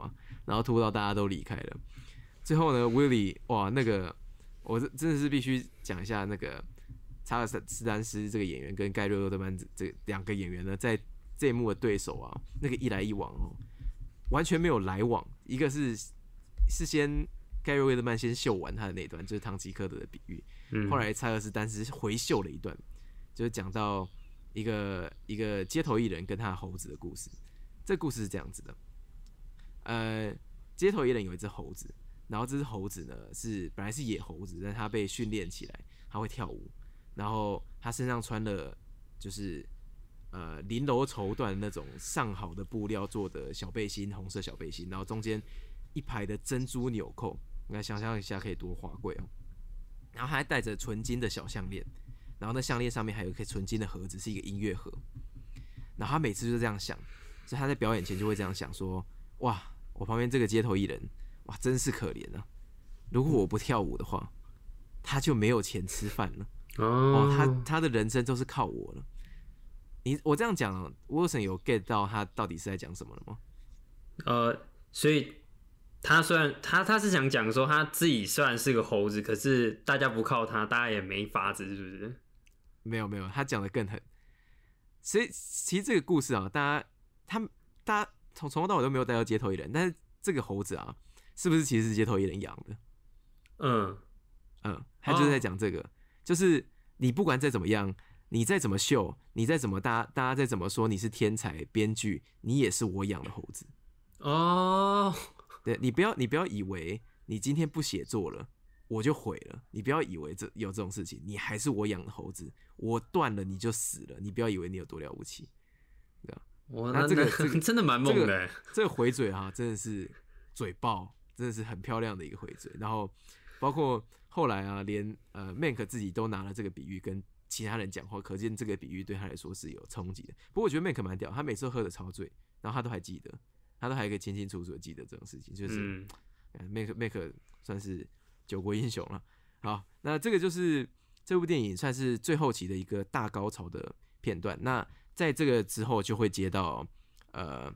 然后拖到大家都离开了。最后呢 ，Willie 哇，那个我真的是必须讲一下那个查尔斯丹斯这个演员跟盖瑞·厄德曼这两个演员呢，在这一幕的对手啊，那个一来一往哦，完全没有来往。一个是是先盖瑞·厄德曼先秀完他的那一段，就是唐吉诃德的比喻，嗯、后来查尔斯丹斯回秀了一段，就是讲到一个一个街头艺人跟他的猴子的故事。这故事是这样子的，呃，街头艺人有一只猴子，然后这只猴子呢是本来是野猴子，但它被训练起来，它会跳舞，然后它身上穿了就是呃绫罗绸缎那种上好的布料做的小背心，红色小背心，然后中间一排的珍珠纽扣，你来想象一下可以多华贵哦。然后他还戴着纯金的小项链，然后那项链上面还有一个纯金的盒子，是一个音乐盒。然后他每次就是这样想，所以他在表演前就会这样想说：哇，我旁边这个街头艺人，哇，真是可怜啊！如果我不跳舞的话，他就没有钱吃饭了。哦，他他的人生都是靠我了。你我这样讲 ，Wilson 有 get 到他到底是在讲什么了吗？ 呃，所以他虽然他他是想讲说他自己虽然是个猴子，可是大家不靠他，大家也没法子，是不是？ 没有没有，他讲的更狠。所以其实这个故事啊，大家他大家从从头到尾都没有带到街头艺人，但是这个猴子啊，是不是其实是街头艺人养的？嗯嗯，他就是在讲这个，哦、就是你不管再怎么样，你再怎么秀，你再怎么大家大家再怎么说你是天才编剧，你也是我养的猴子。哦，对，你不要你不要以为你今天不写作了，我就毁了。你不要以为这有这种事情，你还是我养的猴子，我断了你就死了。你不要以为你有多了不起，对吧？ 哇，那这个这个真的蛮猛的、 欸这個。这个回嘴哈、啊，真的是嘴爆，真的是很漂亮的一个回嘴。然后包括后来啊，连呃 Mank 自己都拿了这个比喻跟其他人讲话，可见这个比喻对他来说是有冲击的。不过我觉得 Mank 蛮屌，他每次都喝得超醉，然后他都还记得，他都还可以清清楚楚的记得这种事情，就是、嗯、Mank Mank 算是救国英雄了。好，那这个就是这部电影算是最后期的一个大高潮的片段。那在这个之后就会接到呃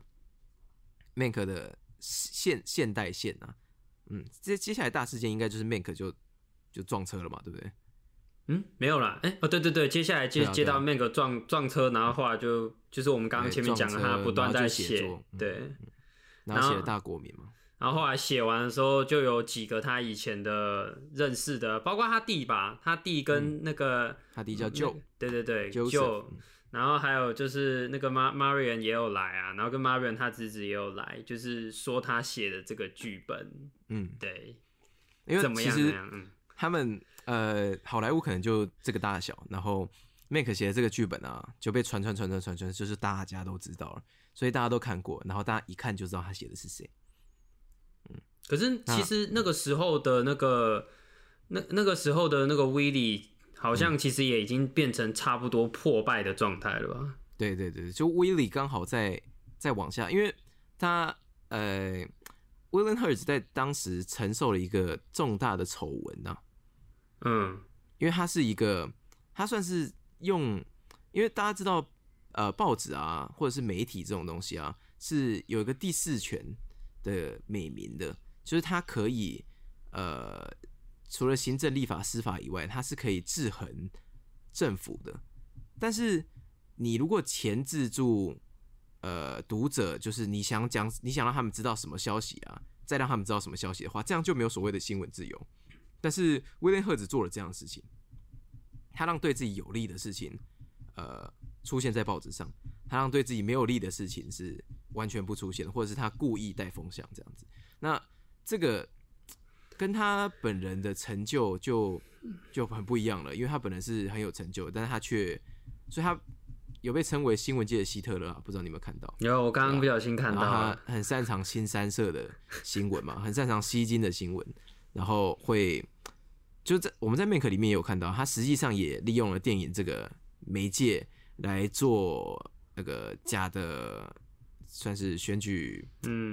Mank 的现现代线啊，嗯，接接下来大事件应该就是 Mank 就就撞车了嘛，对不对？ 嗯，没有啦，哎、欸，哦，对对对，接下来接、啊、接到 Mank 撞撞车，然后后来就就是我们刚刚前面讲的，他不断在写，对、嗯， 然后写了大国民嘛。 然后后来写完的时候，就有几个他以前的认识的，包括他弟吧，他弟跟那个、嗯、 他弟叫 Joe， 对对对 ，Joe， 然后还有就是那个 Marion 也有来啊，然后跟 Marion 他侄子也有来，就是说他写的这个剧本，嗯，对， 因为其实他们呃好莱坞可能就这个大小，然后 Mank 写的这个剧本啊就被传传传传传传，就是大家都知道了，所以大家都看过，然后大家一看就知道他写的是谁。 可是其实那个时候的那个那那个时候的那个 Willie 好像其实也已经变成差不多破败的状态了吧？ 对对对，就 Willie 刚好在在往下，因为他呃 William Hurt 在当时承受了一个重大的丑闻呐，嗯，因为他是一个他算是用，因为大家知道呃报纸啊或者是媒体这种东西啊是有一个第四权的美名的。就是它可以，呃，除了行政、立法、司法以外，它是可以制衡政府的。但是你如果钳制住，呃，读者，就是你想讲，你想让他们知道什么消息啊，再让他们知道什么消息的话，这样就没有所谓的新闻自由。但是威廉·赫兹做了这样的事情，他让对自己有利的事情，呃，出现在报纸上，他让对自己没有利的事情是完全不出现的，或者是他故意带风向这样子。那这个跟他本人的成就就就很不一样了，因为他本人是很有成就，但是他却，所以他有被称为新闻界的希特勒啊，不知道你有没有看到？ 有，我刚刚不小心看到。 他很擅长新三社的新闻嘛，很擅长吸金的新闻，然后会就在我们在 Mank 里面也有看到，他实际上也利用了电影这个媒介来做那个假的，算是选举，嗯。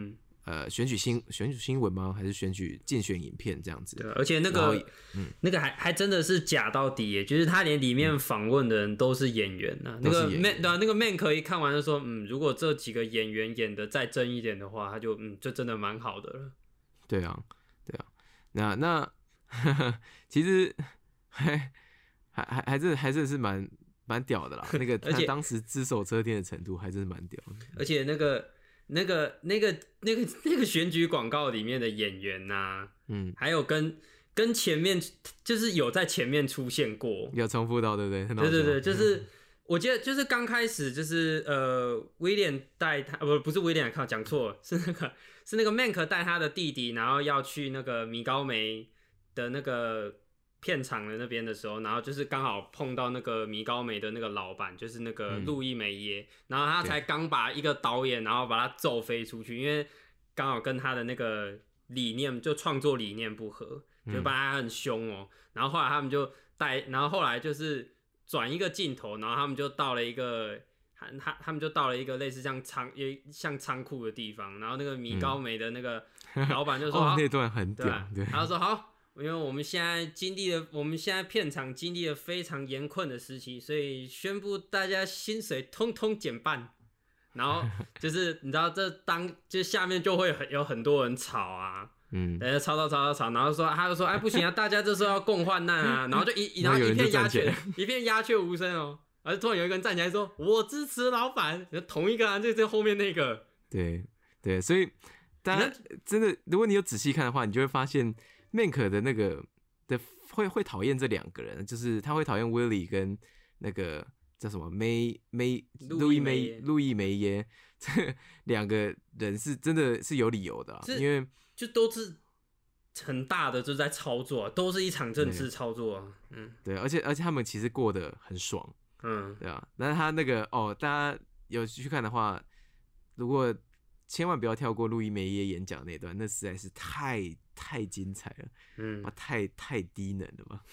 呃选举新选举新闻吗？还是选举竞选影片这样子？ 对，而且那个嗯那个还还真的是假到底耶，就是他连里面访问的人都是演员呐、啊。那个 Man 对啊，那个 Man 可以看完就说，嗯，如果这几个演员演的再真一点的话，他就嗯就真的蛮好的了。 对啊，对啊，那那其实还还还还是还是是蛮蛮屌的啦。那个他当时只手遮天的程度还真是蛮屌的。 而且那个那个那个那个那个选举广告里面的演员呐、啊，嗯，还有跟跟前面就是有在前面出现过， 有重复到对不对？ 对对对，就是我记得就是刚开始就是呃威廉带他不不是威廉，靠讲错了，是那个是那个 Mank 带他的弟弟，然后要去那个米高梅的那个片场的那边的时候，然后就是刚好碰到那个米高梅的那个老板，就是那个路易梅耶、嗯，然后他才刚把一个导演，然后把他揍飞出去，因为刚好跟他的那个理念就创作理念不合，就把他很凶哦、喔。然后后来他们就带，然后后来就是转一个镜头，然后他们就到了一个。他他们就到了一个类似像仓像仓库的地方，然后那个米高梅的那个老板就说：“ 哦，那段很屌。”对， 他就说：“好，因为我们现在经历了，我们现在片场经历了非常严困的时期，所以宣布大家薪水通通减半。然后就是你知道，这当就下面就会有很多人吵啊。”嗯，等下吵吵吵吵吵，然后说他就说：“哎，不行啊，大家这时候要共患难啊！”然后就一然后一片鸦雀，一片鸦雀无声哦。而突然有一个人站起来说：“我支持老板。”同一个啊，就在后面那个。 对对，所以大家真的，如果你有仔细看的话，你就会发现 Mank 的那个的会会讨厌这两个人，就是他会讨厌 Willie 跟那个叫什么梅梅路易梅路易梅耶这两个人是真的是有理由的、啊，因为就都是很大的就是在操作、啊，都是一场政治操作、啊。嗯， 对，而且而且他们其实过得很爽。嗯，对啊，但是他那个哦，大家有去看的话，如果千万不要跳过路易梅耶演讲那段，那实在是太太精彩了，嗯，哇，太太低能了吧，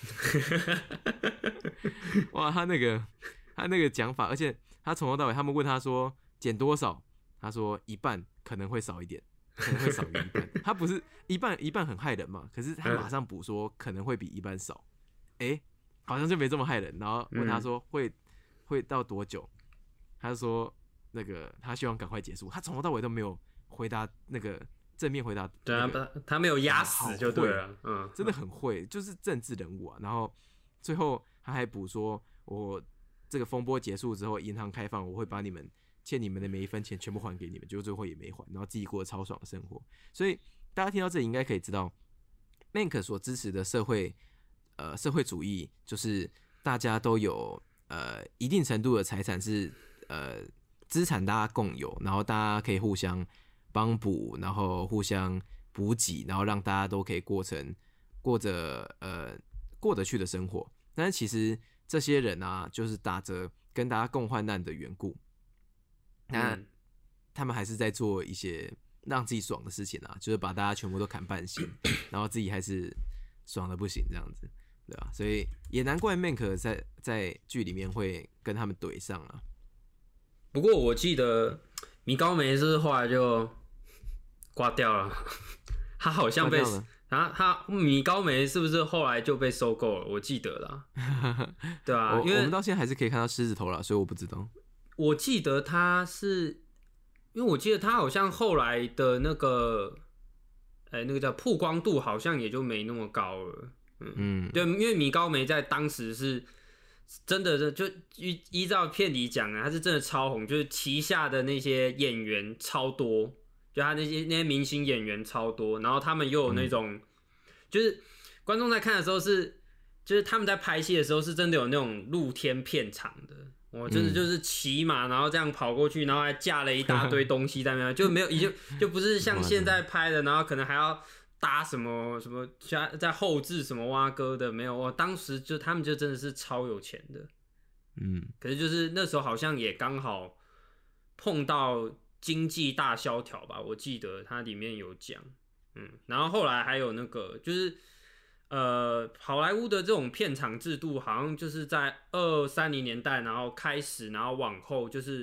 哇，他那个他那个讲法，而且他从头到尾，他们问他说减多少，他说一半可能会少一点，可能会少于一半，他不是一半一半很害人嘛，可是他马上补说可能会比一半少，哎、欸。好像就没这么害人，然后问他说会、嗯、会到多久？他就说那个他希望赶快结束。他从头到尾都没有回答那个正面回答、那個。 对啊，他没有压死就对了，嗯， 真的很会，就是政治人物啊。然后最后他还补说，我这个风波结束之后，银行开放，我会把你们欠你们的每一分钱全部还给你们。结果最后也没还，然后自己过得超爽的生活。所以大家听到这里应该可以知道 ，Mank 所支持的社会。呃，社会主义就是大家都有呃一定程度的财产是呃资产，大家共有，然后大家可以互相帮补，然后互相补给，然后让大家都可以过成过着呃过得去的生活。但是其实这些人啊，就是打着跟大家共患难的缘故，那、嗯、他们还是在做一些让自己爽的事情啊，就是把大家全部都砍半薪，然后自己还是爽的不行这样子。对啊，所以也难怪 Mank 在在剧里面会跟他们怼上啊。 不过我记得米高梅是后来就挂掉了，他好像被他他米高梅是不是后来就被收购了？我记得啦，对啊，因为我们到现在还是可以看到狮子头啦，所以我不知道。 我记得他是，因为我记得他好像后来的那个，哎、欸，那个叫曝光度好像也就没那么高了。嗯，对，因为米高梅在当时是真的，就依依照片里讲啊，他是真的超红，就是旗下的那些演员超多，就他那些那些明星演员超多，然后他们又有那种，嗯、就是观众在看的时候是，就是他们在拍戏的时候是真的有那种露天片场的，我真的就是骑马，然后这样跑过去，然后还架了一大堆东西在那边，就没有，就就不是像现在拍的，然后可能还要。搭什么什么在后置什么挖歌的没有，我当时就他们就真的是超有钱的，嗯，可是就是那时候好像也刚好碰到经济大萧条吧，我记得它里面有讲，嗯，然后后来还有那个就是呃好莱坞的这种片场制度，好像就是在二三零年代然后开始，然后往后就是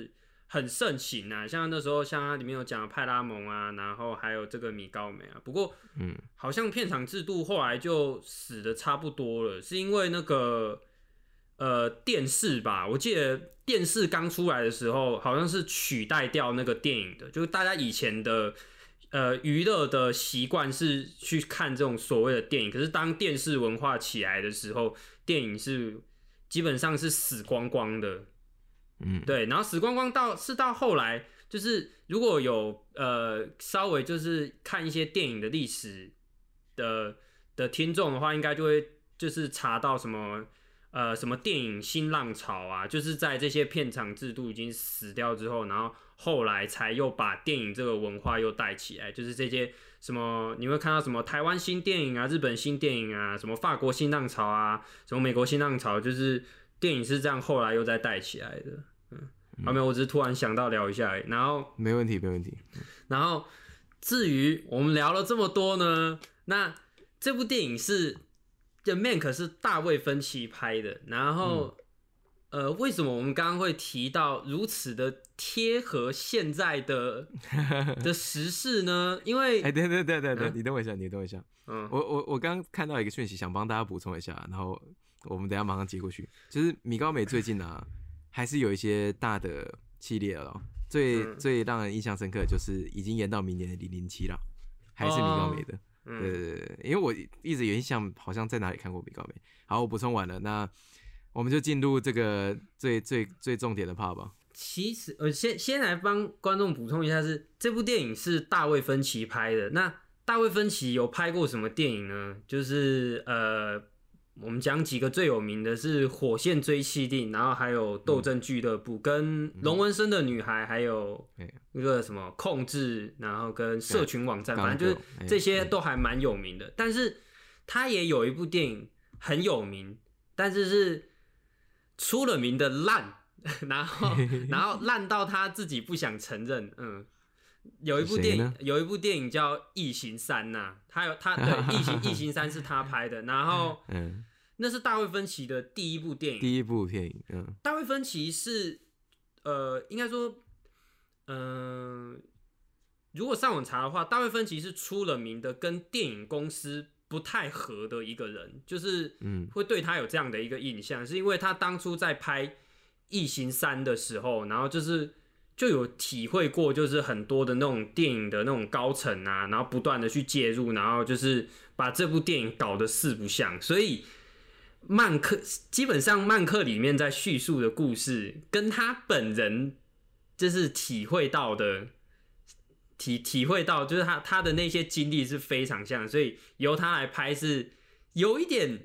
很盛行啊，像那时候像它里面有讲派拉蒙啊，然后还有这个米高梅啊。不过，嗯，好像片场制度后来就死的差不多了，是因为那个呃电视吧，我记得电视刚出来的时候，好像是取代掉那个电影的，就是大家以前的呃娱乐的习惯是去看这种所谓的电影，可是当电视文化起来的时候，电影是基本上是死光光的。嗯，对，然后死光光到是到后来，就是如果有呃稍微就是看一些电影的历史的的听众的话，应该就会就是查到什么呃什么电影新浪潮啊，就是在这些片场制度已经死掉之后，然后后来才又把电影这个文化又带起来，就是这些什么你会看到什么台湾新电影啊、日本新电影啊、什么法国新浪潮啊、什么美国新浪潮，就是电影是这样后来又再带起来的。嗯，啊没有，我只是突然想到聊一下而已，然后没问题，没问题。 然后至于我们聊了这么多呢，那这部电影是《The Mank》是大卫芬奇拍的，然后、嗯、呃，为什么我们刚刚会提到如此的贴合现在的的时事呢？因为哎，对对对对对，嗯、你等我一下，你等我一下。嗯，我我我刚刚看到一个讯息，想帮大家补充一下，然后我们等一下马上接过去。就是米高梅最近啊。还是有一些大的系列了，最、嗯、最让人印象深刻的就是已经延到明年的零零七了，还是米高梅的。哦、对对对，因为我一直有印象，好像在哪里看过米高梅。好，我补充完了，那我们就进入这个最最最重点的 part 吧。 其实，呃，先先来帮观众补充一下是，是这部电影是大卫芬奇拍的。那大卫芬奇有拍过什么电影呢？就是呃。我们讲几个最有名的是《火线追气令》，然后还有《斗阵俱乐部》，跟龙纹身的女孩，还有那个什么控制，然后跟社群网站，反正就是这些都还蛮有名的。但是他也有一部电影很有名，但是是出了名的烂，然后然后烂到他自己不想承认。嗯，有一部电影，有一部电影叫《异形三》呐，他有他对《异形异形三》是他拍的，然后嗯。那是大卫芬奇的第一部电影， 第一部电影。嗯， 大卫芬奇是，呃，应该说，嗯、呃，如果上网查的话，大卫芬奇是出了名的跟电影公司不太合的一个人，就是嗯，会对他有这样的一个印象，是因为他当初在拍《异形三》的时候，然后就是就有体会过，就是很多的那种电影的那种高层啊，然后不断的去介入，然后就是把这部电影搞得四不像，所以。曼克基本上，曼克里面在叙述的故事，跟他本人就是体会到的体体会到，就是他他的那些经历是非常像，所以由他来拍是有一点，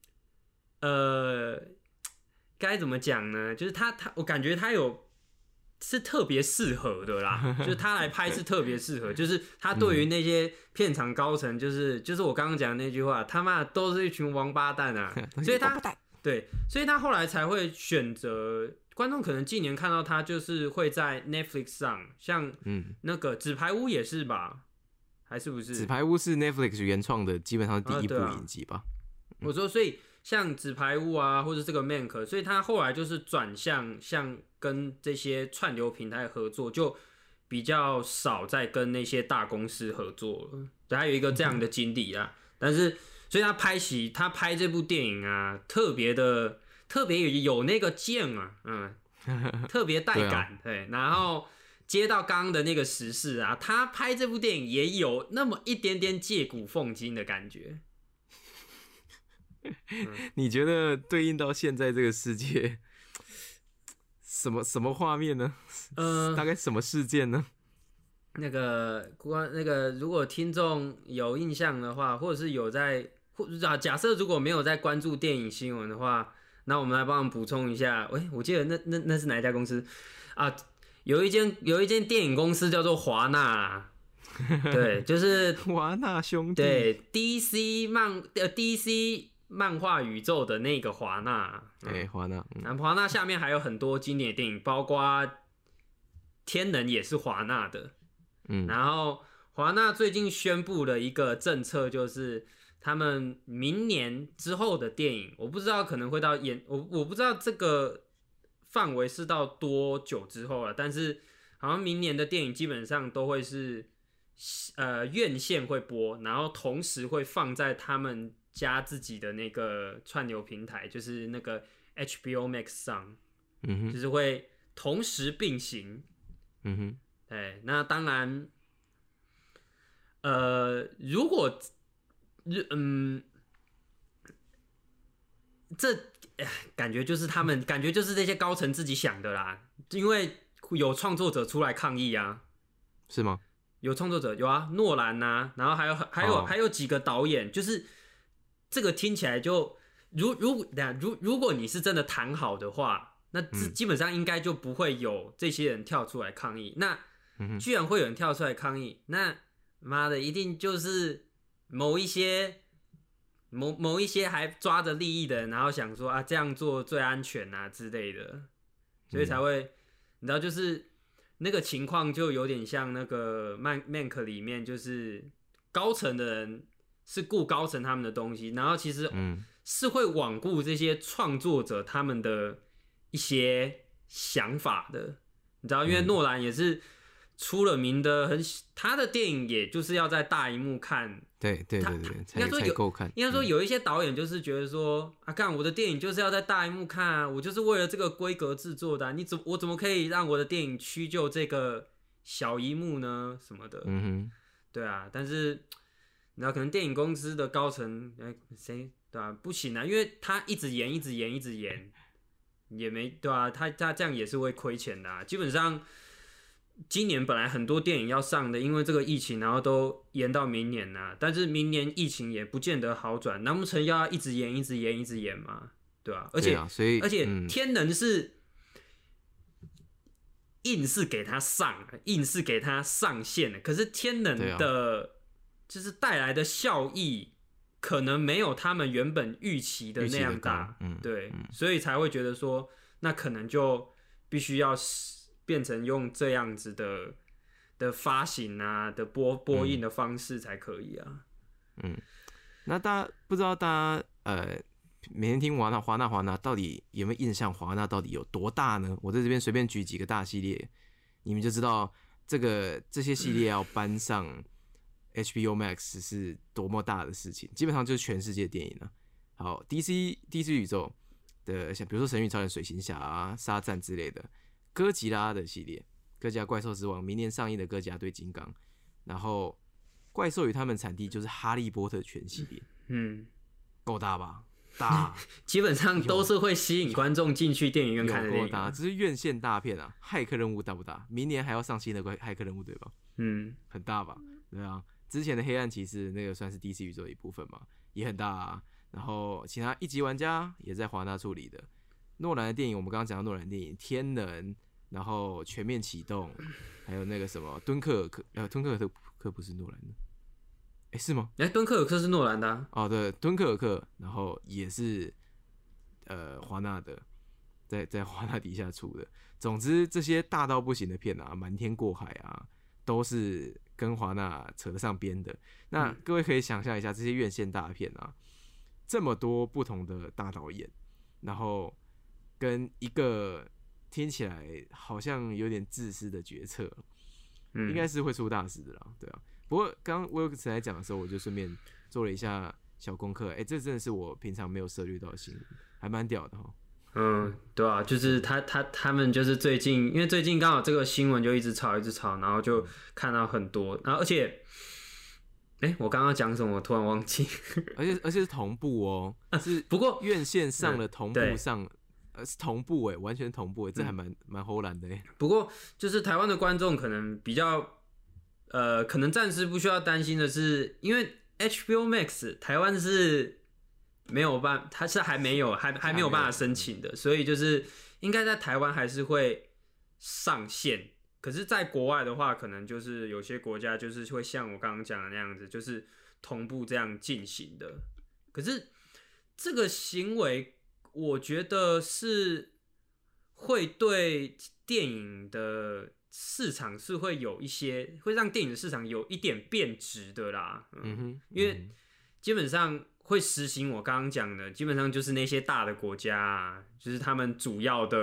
呃，该怎么讲呢？就是他他，我感觉他有是特别适合的啦，就是他来拍是特别适合，就是他对于那些片场高层，就是就是我刚刚讲的那句话，他妈都是一群王八蛋啊，所以他对，所以他后来才会选择观众可能近年看到他就是会在 Netflix 上，像那个纸牌屋也是吧，还是不是？ 纸牌屋是 Netflix 原创的，基本上是第一部影集吧。啊啊、我说，所以像纸牌屋啊，或者这个 Mank， 所以他后来就是转向像。跟这些串流平台合作，就比较少再跟那些大公司合作了。对，他有一个这样的经历啊。但是，所以他拍戏，他拍这部电影啊，特别的，特别有那个劲啊，嗯，特别带感。对, 啊、对，然后接到刚刚的那个时事啊，他拍这部电影也有那么一点点借古讽今的感觉。 嗯、你觉得对应到现在这个世界？什么什么画面呢？呃，大概什么事件呢？ 那个关那个，如果听众有印象的话，或者是有在，或者假设如果没有在关注电影新闻的话，那我们来帮我们补充一下。喂，我记得那那那是哪一家公司啊？有一间有一间电影公司叫做华纳，对，就是华纳兄弟， 对 ，D C 漫呃 D C。漫画宇宙的那个华纳， 哎、嗯，华纳， 然后华纳下面还有很多经典的电影，包括天能也是华纳的，嗯，然后华纳最近宣布了一个政策，就是他们明年之后的电影，我不知道可能会到演，我我不知道这个范围是到多久之后了，但是好像明年的电影基本上都会是呃院线会播，然后同时会放在他们家自己的那个串流平台，就是那个 H B O Max 上， 嗯哼， 就是会同时并行。 嗯哼， 对，那当然，呃，如果嗯。这感觉就是他们，感觉就是这些高层自己想的啦，因为有创作者出来抗议啊， 是吗？ 有创作者有啊，诺兰啊，然后还有还有、哦、还有几个导演，就是这个听起来就如如如如果你是真的谈好的话，那基本上应该就不会有这些人跳出来抗议。那居然会有人跳出来抗议，那妈的一定就是某一些。某某一些还抓着利益的人，然后想说啊这样做最安全啊之类的，所以才会，嗯、你知道，就是那个情况就有点像那个曼曼克里面，就是高层的人是顾高层他们的东西，然后其实是会罔顾这些创作者他们的一些想法的，你知道，因为诺兰也是出了名的很，他的电影也就是要在大荧幕看。 对对对对，应该说有， 应该说有一些导演就是觉得说、嗯、啊，干我的电影就是要在大荧幕看啊，我就是为了这个规格制作的、啊，你怎我怎么可以让我的电影屈就这个小荧幕呢？什么的， 嗯哼， 对啊，但是你知道，可能电影公司的高层，哎，谁对啊，不行啊，因为他一直演，一直演，一直演，也没对啊，他他这样也是会亏钱的、啊，基本上。今年本来很多电影要上的，因为这个疫情，然后都延到明年啦、啊。但是明年疫情也不见得好转，难不成要一直延、一直延、一直延吗？对吧、啊？而且， 啊、所以而且天能是硬是给他上，硬是给他上线的。可是天能的，啊、就是带来的效益，可能没有他们原本预期的那样大。 嗯， 对， 嗯， 所以才会觉得说，那可能就必须要。变成用这样子的的发行啊的播播映的方式才可以啊。 嗯，那大家不知道大家呃每天听华纳华纳华纳到底有没有印象？华纳到底有多大呢？我在这边随便举几个大系列，你们就知道这个这些系列要搬上 H B O Max 是多么大的事情。基本上就是全世界电影了、啊。好 ，D C D C 宇宙的像比如说神域超人、水行侠啊、沙赞之类的。哥吉拉的系列，哥吉拉怪兽之王，明年上映的哥吉拉对金刚，然后怪兽与他们产地就是哈利波特全系列， 嗯， 够大吧？大， 基本上都是会吸引观众进去电影院看的电影、 啊。这是院线大片啊！骇客任务大不大？明年还要上新的骇客任务对吧？ 嗯， 很大吧？对啊，之前的黑暗骑士那个算是 D C 宇宙的一部分嘛，也很大啊。然后其他一级玩家也在华纳处理的。诺兰的电影，我们刚刚讲到诺兰的电影《天能》。然后全面启动，还有那个什么敦刻尔克，呃，敦刻尔克不是诺兰的，哎，是吗？ 哎，敦刻尔克是诺兰的、啊。 哦，对，敦刻尔克，然后也是呃华纳的，在在华纳底下出的。总之，这些大到不行的片啊，瞒天过海啊，都是跟华纳扯得上边的。那各位可以想象一下，这些院线大片啊，这么多不同的大导演，然后跟一个。听起来好像有点自私的决策，嗯，应该是会出大事的啦，对啊。不过刚刚 Wilkes 在讲的时候，我就顺便做了一下小功课，哎、欸，这真的是我平常没有涉猎到的新闻，还蛮屌的哈。 嗯，对啊，就是他他他们就是最近，因为最近刚好这个新闻就一直炒一直炒，然后就看到很多，然后而且，哎、欸，我刚刚讲什么？我突然忘记。 而且而且是同步哦，是不过院线上了同步上。嗯呃，是同步哎，完全同步哎，这还蛮蛮齁懒的哎。 不过就是台湾的观众可能比较，呃，可能暂时不需要担心的是，因为 H B O Max 台湾是没有办，它是还没有还还没有办法申请的，所以就是应该在台湾还是会上线。可是，在国外的话，可能就是有些国家就是会像我刚刚讲的那样子，就是同步这样进行的。可是这个行为。我觉得是会对电影的市场是会有一些，会让电影的市场有一点变质的啦。嗯, 嗯哼，因为基本上会实行我刚刚讲的，基本上就是那些大的国家啊，就是他们主要的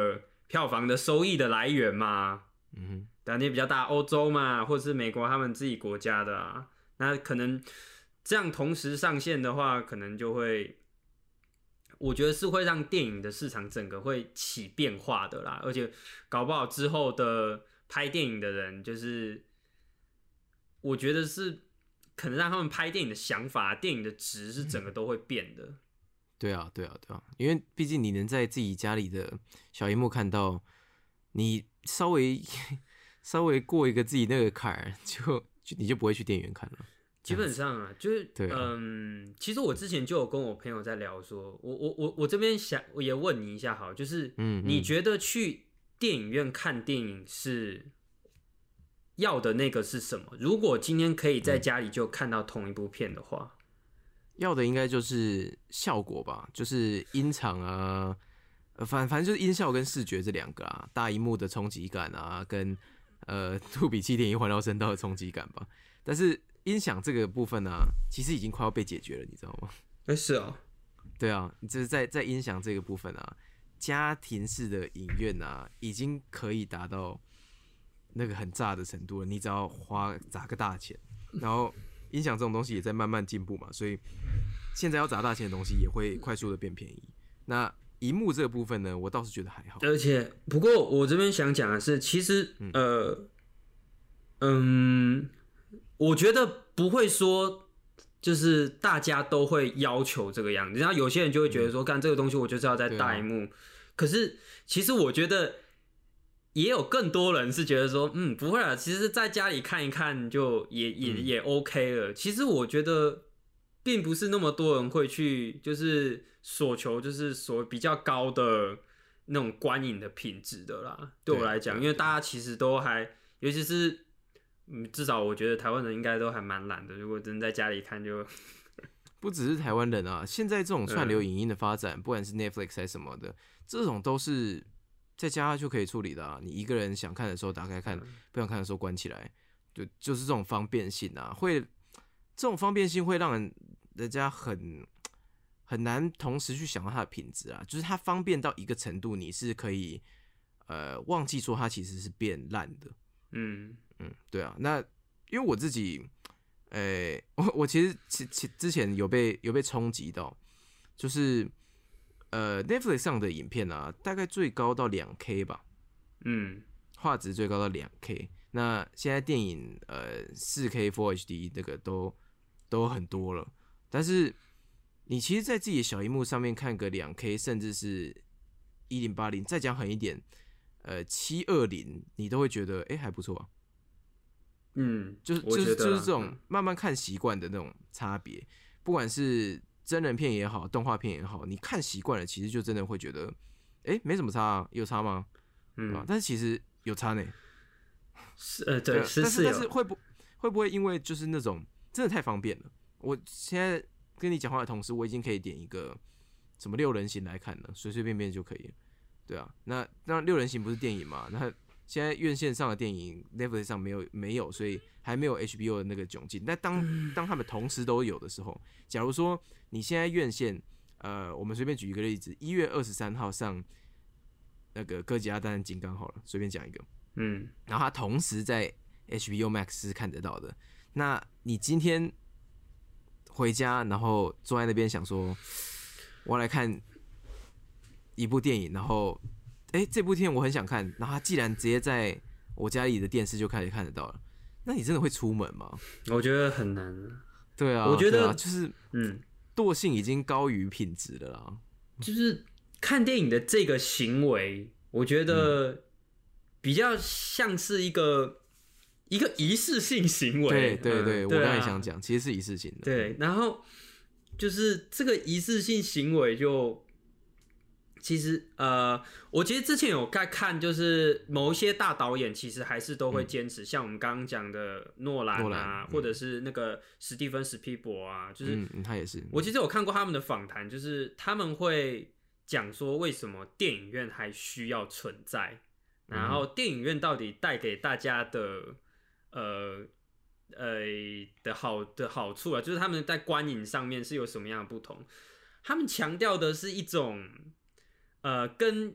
票房的收益的来源嘛。 嗯哼， 当然比较大，欧洲嘛，或者是美国他们自己国家的啊，那可能这样同时上线的话，可能就会，我觉得是会让电影的市场整个会起变化的啦，而且搞不好之后的拍电影的人，就是我觉得是可能让他们拍电影的想法、电影的值是整个都会变的。 对啊，对啊，对啊，因为毕竟你能在自己家里的小萤幕看到，你稍微稍微过一个自己那个坎儿，就就你就不会去电影院看了。 基本上啊，就是， 对啊， 嗯，其实我之前就有跟我朋友在聊说，我我我我这边想，我也问你一下好，就是， 嗯， 你觉得去电影院看电影是要的那个是什么？如果今天可以在家里就看到同一部片的话， 要的应该就是效果吧，就是音场啊，呃，反反正就是音效跟视觉这两个啊，大荧幕的冲击感啊，跟呃杜比 七点一 环绕声道的冲击感吧。但是音响这个部分呢、啊，其实已经快要被解决了，你知道吗？ 哎、欸，是啊， 对啊，就是在在音响这个部分啊，家庭式的影院啊，已经可以达到那个很炸的程度了。你只要花砸个大钱，然后音响这种东西也在慢慢进步嘛，所以现在要砸大钱的东西也会快速的变便宜。那萤幕这个部分呢，我倒是觉得还好。 而且不过我这边想讲的是，其实呃嗯，我觉得不会说就是大家都会要求这个样子，然后有些人就会觉得说，干、嗯、这个东西我就是要在大荧幕、啊。可是其实我觉得也有更多人是觉得说，嗯，不会啦，其实在家里看一看就也也、嗯、也 OK 了。其实我觉得并不是那么多人会去就是所求就是所比较高的那种观影的品质的啦。对我来讲，因为大家其实都还，尤其是。嗯，至少我觉得台湾人应该都还蛮懒的。如果真的在家里看就，就不只是台湾人啊，现在这种串流影音的发展，嗯、不管是 Netflix 还是什么的，这种都是在家就可以处理的啊。你一个人想看的时候打开看，嗯、不想看的时候关起来，就就是这种方便性啊，会这种方便性会让人人家很很难同时去想到它的品质啊。就是它方便到一个程度，你是可以呃忘记说它其实是变烂的。 嗯。 嗯，对啊，那因为我自己，呃、欸，我我其实其其之前有被有被冲击到，就是呃 Netflix 上的影片啊，大概最高到两 K 吧， 嗯， 画质最高到两 K。那现在电影呃四 K Full H D 那个都都很多了，但是你其实，在自己的小萤幕上面看个两 K， 甚至是一零八零，再讲狠一点，呃七二零，你都会觉得哎、欸、还不错啊。 嗯， 就是就是就是这种慢慢看习惯的那种差别，不管是真人片也好，动画片也好，你看习惯了，其实就真的会觉得，哎、欸，没什么差啊，有差吗？嗯，但是其实有差呢。 是呃，对，是但是是但是会不会不会因为就是那种真的太方便了？我现在跟你讲话的同时，我已经可以点一个什么六人行来看了，随随便便就可以了。对啊，那那六人行不是电影嘛？那现在院线上的电影 Netflix 上没有没有，所以还没有 H B O 的那个窘境。但当当他们同时都有的时候，假如说你现在院线，呃，我们随便举一个例子，一月二十三号上那个哥吉拉大战金刚好了，随便讲一个， 嗯， 然后它同时在 H B O Max 是看得到的。那你今天回家，然后坐在那边想说，我要来看一部电影，然后。哎、欸，这部片我很想看，然后它既然直接在我家里的电视就开始看得到了，那你真的会出门吗？ 我觉得很难。 对啊， 我觉得、 啊、就是嗯， 惰性已经高于品质了啦。 就是看电影的这个行为，我觉得比较像是一个、嗯、一个仪式性行为。 对对对， 嗯、 我刚才想讲，其实是仪式性的。 对，然后就是这个仪式性行为就。其实，呃，我其实之前有在看，就是某一些大导演其实还是都会坚持，嗯、像我们刚刚讲的诺兰啊， 蘭或者是那个史蒂芬史匹柏啊，就是、 嗯、他也是。 我其實有看過他們的訪談，就是他們會講說為什麼電影院還需要存在，然後電影院到底帶給大家的，呃呃的好的好處啊，就是他們在觀影上面是有什麼樣的不同？他們強調的是一種。呃，跟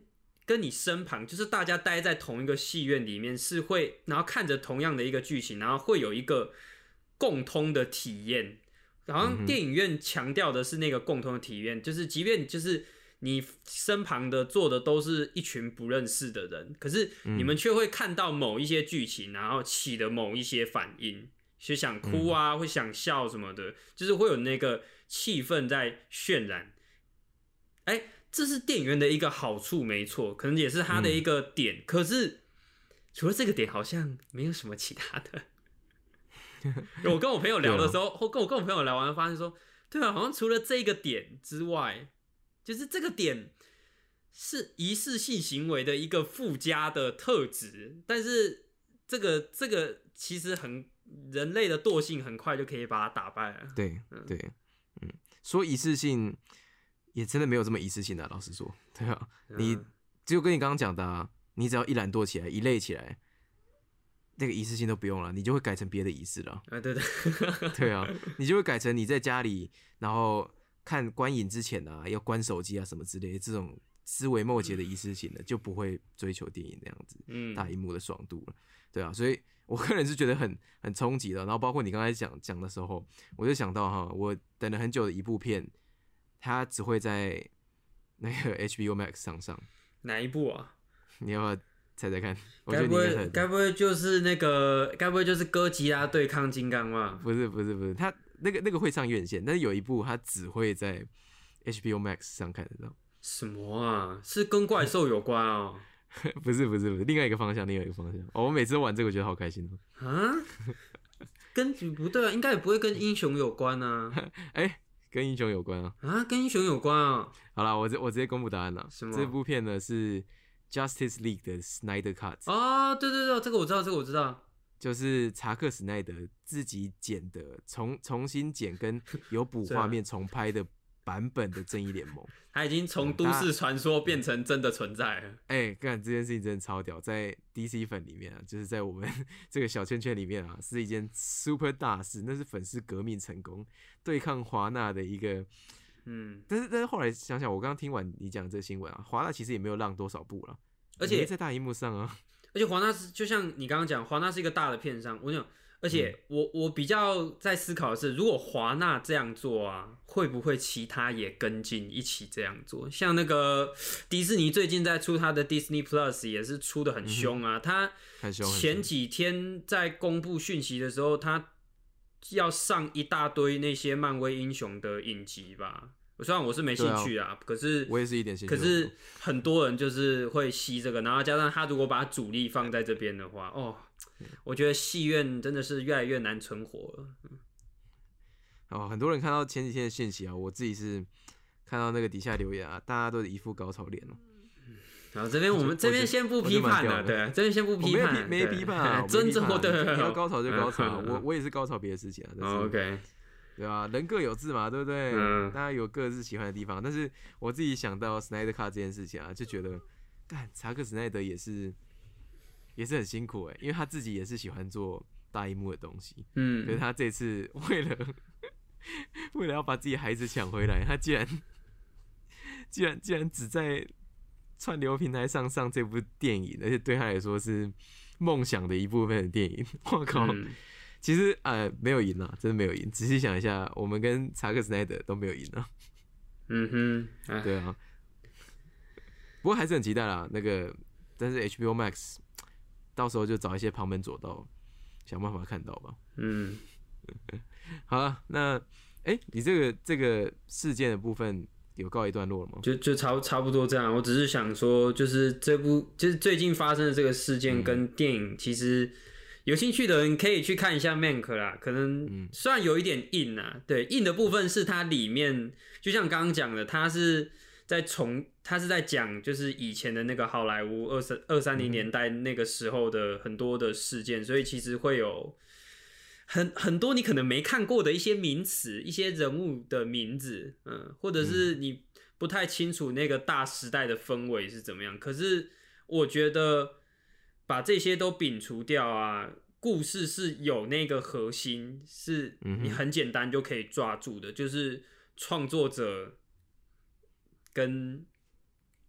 跟你身旁，就是大家待在同一个戏院里面，是会然后看着同样的一个剧情，然后会有一个共通的体验。好像电影院强调的是那个共同的体验，就是即便就是你身旁的坐的都是一群不认识的人，可是你们却会看到某一些剧情，然后起的某一些反应，就想哭啊，会想笑什么的，就是会有那个气氛在渲染。哎、欸，这是电影院的一个好处，没错，可能也是它的一个点。嗯、可是除了这个点，好像没有什么其他的。我跟我朋友聊的时候，或跟我跟我朋友聊完，发现说，对啊，好像除了这个点之外，就是这个点是仪式性行为的一个附加的特质，但是这个这个其实很人类的惰性很快就可以把它打败了。 对对，嗯，说仪式性也真的没有这么仪式性的、啊，老实说，对啊，你就跟你刚刚讲的、啊，你只要一懒惰起来，一累起来。那个仪式性都不用了，你就会改成别的仪式了。 啊，对对， 对啊，你就会改成你在家里，然后看观影之前啊，要关手机啊什么之类的，这种枝微末节的仪式性的，就不会追求电影那样子，嗯，大荧幕的爽度了。对啊，所以我个人是觉得很很冲击的。然后包括你刚才讲讲的时候，我就想到哈，我等了很久的一部片，它只会在那个 H B O Max 上上。 哪一部啊？ 你要不要猜猜看？ 该不会该不会就是那个？该不会就是哥吉拉对抗金刚吗？ 不是不是不是，他那个那个会上院线，但是有一部他只会在 H B O Max 上看得到。 什么啊？是跟怪兽有关哦？ 不是不是不是，另外一个方向，另外一个方向。哦，我每次都玩这个，我觉得好开心哦。啊？跟不对啊，应该也不会跟英雄有关啊。 哎、欸，跟英雄有关啊？ 啊，跟英雄有关啊？ 好啦，我我直接公布答案了。 什么？ 这部片呢是 Justice League 的 Snyder Cut。 哦，对对对，这个我知道，这个我知道。 就是查克·史奈德自己剪的，重重新剪跟有补画面重拍的版本的正义联盟。 他已经从都市传说变成真的存在了。 哎、欸，干这件事情真的超屌，在 D C 粉里面啊，就是在我们这个小圈圈里面啊，是一件 super 大事，那是粉丝革命成功，对抗华纳的一个。嗯，但是但是后来想想，我刚刚听完你讲这个新闻啊，华纳其实也没有让多少部了， 而且在大荧幕上啊。 而且华纳是就像你刚刚讲，华纳是一个大的片商，我讲，而且我、嗯、我比较在思考的是，如果华纳这样做啊，会不会其他也跟进一起这样做？像那个迪士尼最近在出他的 Disney Plus 也是出的很凶啊，他前几天在公布讯息的时候，他要上一大堆那些漫威英雄的影集吧。虽然我是没兴趣啊，啊可是我也是一点兴趣。 可是很多人就是会吸这个，然后加上他如果把主力放在这边的话，哦，我觉得戏院真的是越来越难存活了。 哦，很多人看到前几天的讯息啊，我自己是看到那个底下留言啊，大家都是一副高潮脸哦。 然后这边我们这边先不批判了，对，这边先不批判， 没批判啊， 尊重对， 你要高潮就高潮，我我也是高潮别的事情啊。 哦 OK。 对啊，人各有志嘛，对不对？嗯，大家有各自喜欢的地方。但是我自己想到 Snyder Cut 这件事情啊，就觉得，干查克·史奈德也是也是很辛苦哎，因为他自己也是喜欢做大荧幕的东西。嗯，可是他这次为了为了要把自己孩子抢回来，他竟然竟然竟然只在串流平台上上这部电影，而且对他来说是梦想的一部分的电影。我靠！嗯其实呃没有赢啊，真的没有赢。仔细想一下，我们跟查克·史奈德都没有赢啊。 嗯哼， 对啊。不过还是很期待啦，那个但是 H B O Max 到时候就找一些旁门左道，想办法看到吧。嗯。好了，那哎、欸，你这个这个事件的部分有告一段落了吗？ 就就差差不多这样。我只是想说，就是这部就是最近发生的这个事件跟电影其实。有兴趣的人可以去看一下 Mank 啦，可能虽然有一点硬啊，对，硬的部分是它里面，就像刚刚讲的，它是在重，它是在讲就是以前的那个好莱坞二三二三零年代那个时候的很多的事件，所以其实会有很很多你可能没看过的一些名词、一些人物的名字，嗯，或者是你不太清楚那个大时代的氛围是怎么样，可是我觉得。把这些都摒除掉啊，故事是有那个核心，是你很简单就可以抓住的，就是创作者跟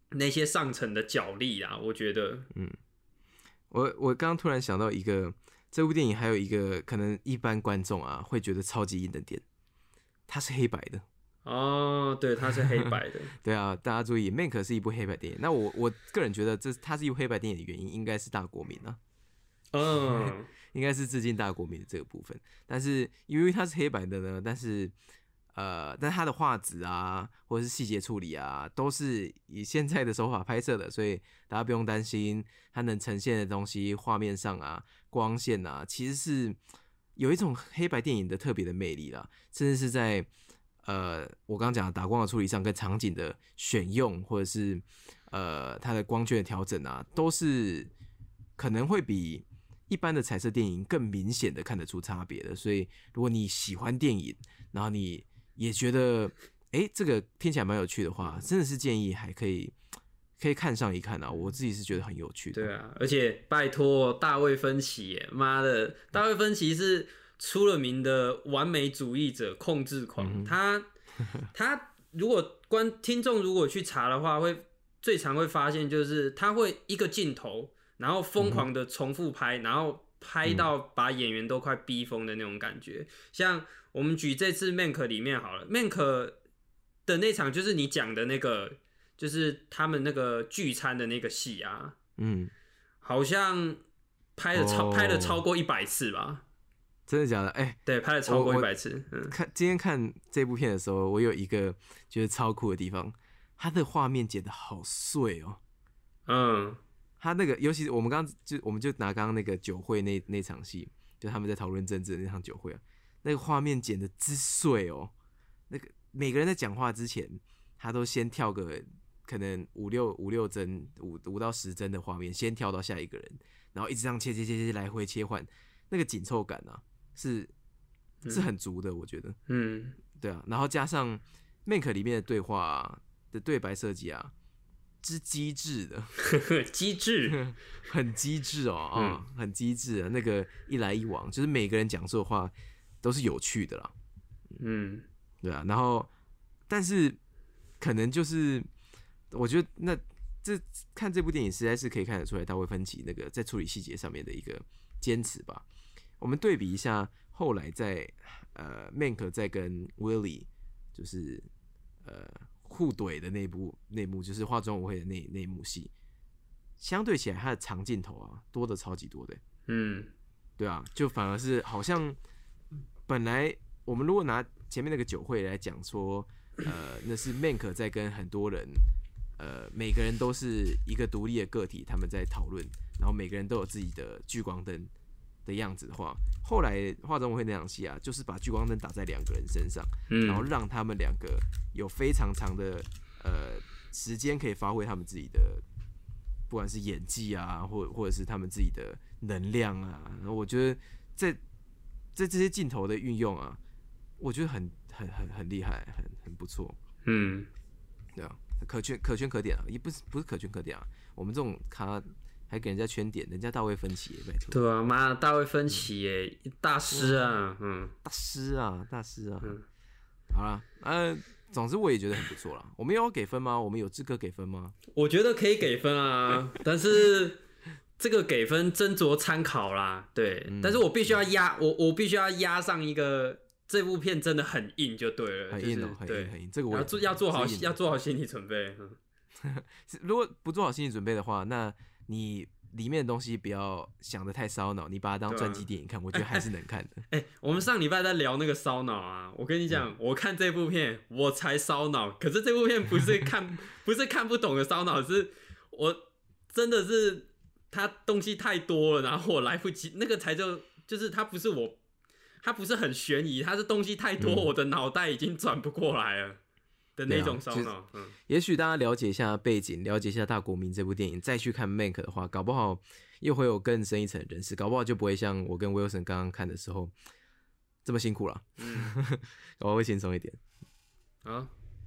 那些上层的角力啊，我觉得， 嗯，我我刚刚突然想到一个，这部电影还有一个可能一般观众啊会觉得超级硬的点，它是黑白的。 哦，对，它是黑白的。 对啊，大家注意 ，Mank 是一部黑白电影。那我我个人觉得这它是一部黑白电影的原因，应该是大国民啊。 嗯， 应该是致敬大国民的这个部分。但是因为它是黑白的呢，但是呃，但它的画质啊，或者是细节处理啊，都是以现在的手法拍摄的，所以大家不用担心它能呈现的东西，画面上啊，光线啊，其实是有一种黑白电影的特别的魅力啦，甚至是在。呃，我刚刚讲的打光的处理上，跟场景的选用，或者是呃它的光圈的调整啊，都是可能会比一般的彩色电影更明显的看得出差别的。所以，如果你喜欢电影，然后你也觉得哎这个听起来蛮有趣的话，真的是建议还可以可以看上一看啊。我自己是觉得很有趣的。 对啊，而且拜托大卫芬奇耶，妈的，大卫芬奇是。出了名的完美主义者、控制狂，嗯、他他如果观听众如果去查的话，会最常会发现就是他会一个镜头，然后疯狂的重复拍，嗯、然后拍到把演员都快逼疯的那种感觉。嗯、像我们举这次 Mank 里面好了 ，Mank 的那场就是你讲的那个，就是他们那个聚餐的那个戏啊，嗯，好像拍了超、哦、拍了超过一百次吧。 真的假的？哎、欸， 对，拍了超过一百次。嗯， 看今天看这部片的时候，我有一个觉得超酷的地方，它的画面剪得好碎哦。嗯，他那个，尤其我们刚刚就我们就拿刚刚那个酒会那那场戏，就他们在讨论政治的那场酒会啊，那个画面剪得之碎哦。那个每个人在讲话之前，他都先跳个可能五六五六帧、五五到十帧的画面，先跳到下一个人，然后一直这样切切切切来回切换，那个紧凑感啊。是是很足的，我觉得，嗯，对啊，然后加上 Mank 里面的对话、啊、的对白设计啊，之机智的， 机智， 很机智哦，啊、嗯嗯，很机智啊，那个一来一往，就是每个人讲说的话都是有趣的啦，嗯，对啊，然后但是可能就是我觉得那这看这部电影实在是可以看得出来，大卫芬奇那个在处理细节上面的一个坚持吧。我们对比一下，后来在呃 Mank 在跟 Willie 就是呃互怼的那部那幕，就是化妆舞会的那那一幕戏，相对起来，它的长镜头啊多的超级多的，嗯，对啊，就反而是好像本来我们如果拿前面那个酒会来讲说，呃，那是 Mank 在跟很多人，呃，每个人都是一个独立的个体，他们在讨论，然后每个人都有自己的聚光灯。的样子的话，后来化妆舞会那场戏啊，就是把聚光灯打在两个人身上，嗯、然后让他们两个有非常长的呃时间可以发挥他们自己的，不管是演技啊，或或者是他们自己的能量啊。然后我觉得在在这些镜头的运用啊，我觉得很很很很厉害，很很不错。嗯，对啊，可圈可圈可点啊，也不是不是可圈可点啊，我们这种咖。还给人家圈点，人家大卫芬奇耶，拜托。 对啊，妈，大卫芬奇耶，嗯、大师啊，嗯， 大师啊，大师啊。嗯，好啦，呃，总之我也觉得很不错啦。我们有要给分吗？我们有资格给分吗？ 我觉得可以给分啊，但是这个给分斟酌参考啦。对，嗯、但是我必须要压，我我必须要压上一个，这部片真的很硬就对了， 很硬哦， 就是、 很硬很硬。这个我要做要做好要做好心理准备。 嗯、如果不做好心理准备的话，那你里面的东西不要想得太烧脑，你把它当传记电影看，我觉得还是能看的。 哎、欸欸，我们上礼拜在聊那个烧脑啊，我跟你讲，嗯、我看这部片我才烧脑，可是这部片不是看不是看不懂的烧脑，是我真的是它东西太多了，然后我来不及，那个才就就是它不是我，它不是很悬疑，它是东西太多，嗯、我的脑袋已经转不过来了。的那种烧脑，嗯， 也许大家了解一下背景，了解一下《大国民》这部电影，再去看 Mank 的话，搞不好又会有更深一层的认识，搞不好就不会像我跟 Wilson 刚刚看的时候这么辛苦了，嗯，搞不好会轻松一点。啊，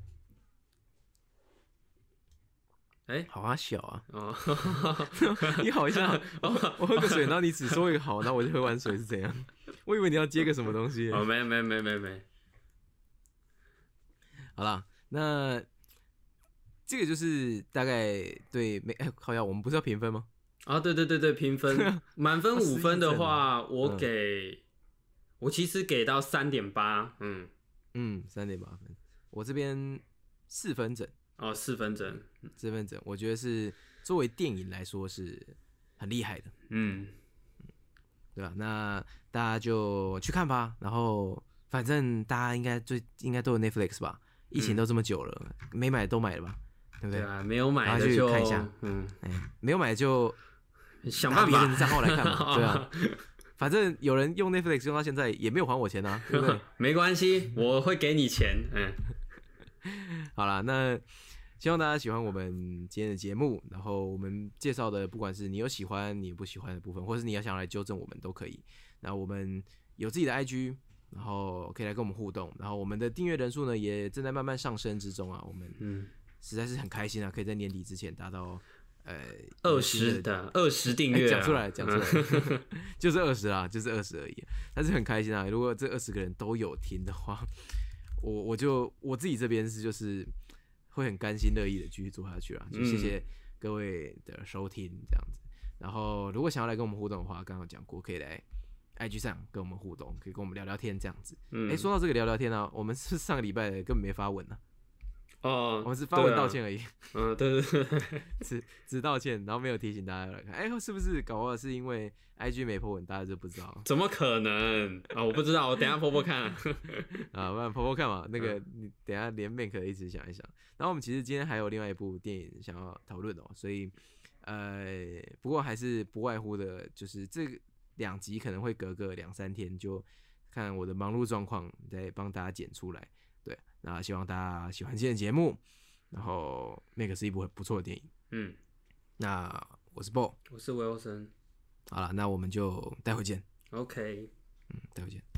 哎、欸，好啊，小啊，哦，你好一下，我喝个水，然后你只说一个好，然后我就喝完水是怎样？我以为你要接个什么东西。 哦，没没没没没。 好啦。那这个就是大概对每哎，好像我们不是要评分吗？ 啊，对对对对，评分满分五分的话，我给、嗯、我其实给到三点八，嗯嗯，三点八分，我这边四分整。 哦，四分整， 四分整，我觉得是作为电影来说是很厉害的，嗯，对吧？那大家就去看吧，然后反正大家应该最应该都有 Netflix 吧？疫情都这么久了，嗯、没买都买了吧？对不对？ 对啊，没有买的就看一下，嗯，哎，没有买就想办法拿别人的账号来看嘛，对啊。反正有人用 Netflix 用到现在也没有还我钱啊，对不对？ 没关系，我会给你钱，嗯。 好啦，那希望大家喜欢我们今天的节目，然后我们介绍的，不管是你有喜欢、你不喜欢的部分，或是你要想要来纠正我们都可以。那我们有自己的 I G， 然后可以来跟我们互动。然后我们的订阅人数呢，也正在慢慢上升之中啊。我们实在是很开心啊，可以在年底之前达到呃二十的二十订阅， 讲、欸、出来讲出来，就是二十啦，就是二十而已。但是很开心啊，如果这二十个人都有听的话。我我就我自己这边是就是会很甘心乐意的继续做下去啦，就谢谢各位的收听这样子。然后如果想要来跟我们互动的话，刚刚讲过可以来 I G 上跟我们互动，可以跟我们聊聊天这样子。哎、嗯欸，说到这个聊聊天啊，我们是上个礼拜根本没发文啊。哦，我们是发文道歉而已。 嗯，对对对， 只只道歉，然后没有提醒大家来看。哎、欸，是不是搞不好是因为 I G 没 po 文，大家就不知道？ 怎么可能啊？我不知道，我等一下 po po 看。 啊，不然 po po 看嘛。那个、嗯、你等一下连 Make 一直想一想。然后我们其实今天还有另外一部电影想要讨论哦，所以呃，不过还是不外乎的，就是这两集可能会隔个两三天，就看我的忙碌状况，再帮大家剪出来。对，那希望大家喜欢今天的节目，然后那个是一部很不错的电影。嗯，那我是 Bo， 我是 Wilson。 好了，那我们就待会见。 OK， 嗯，待会见。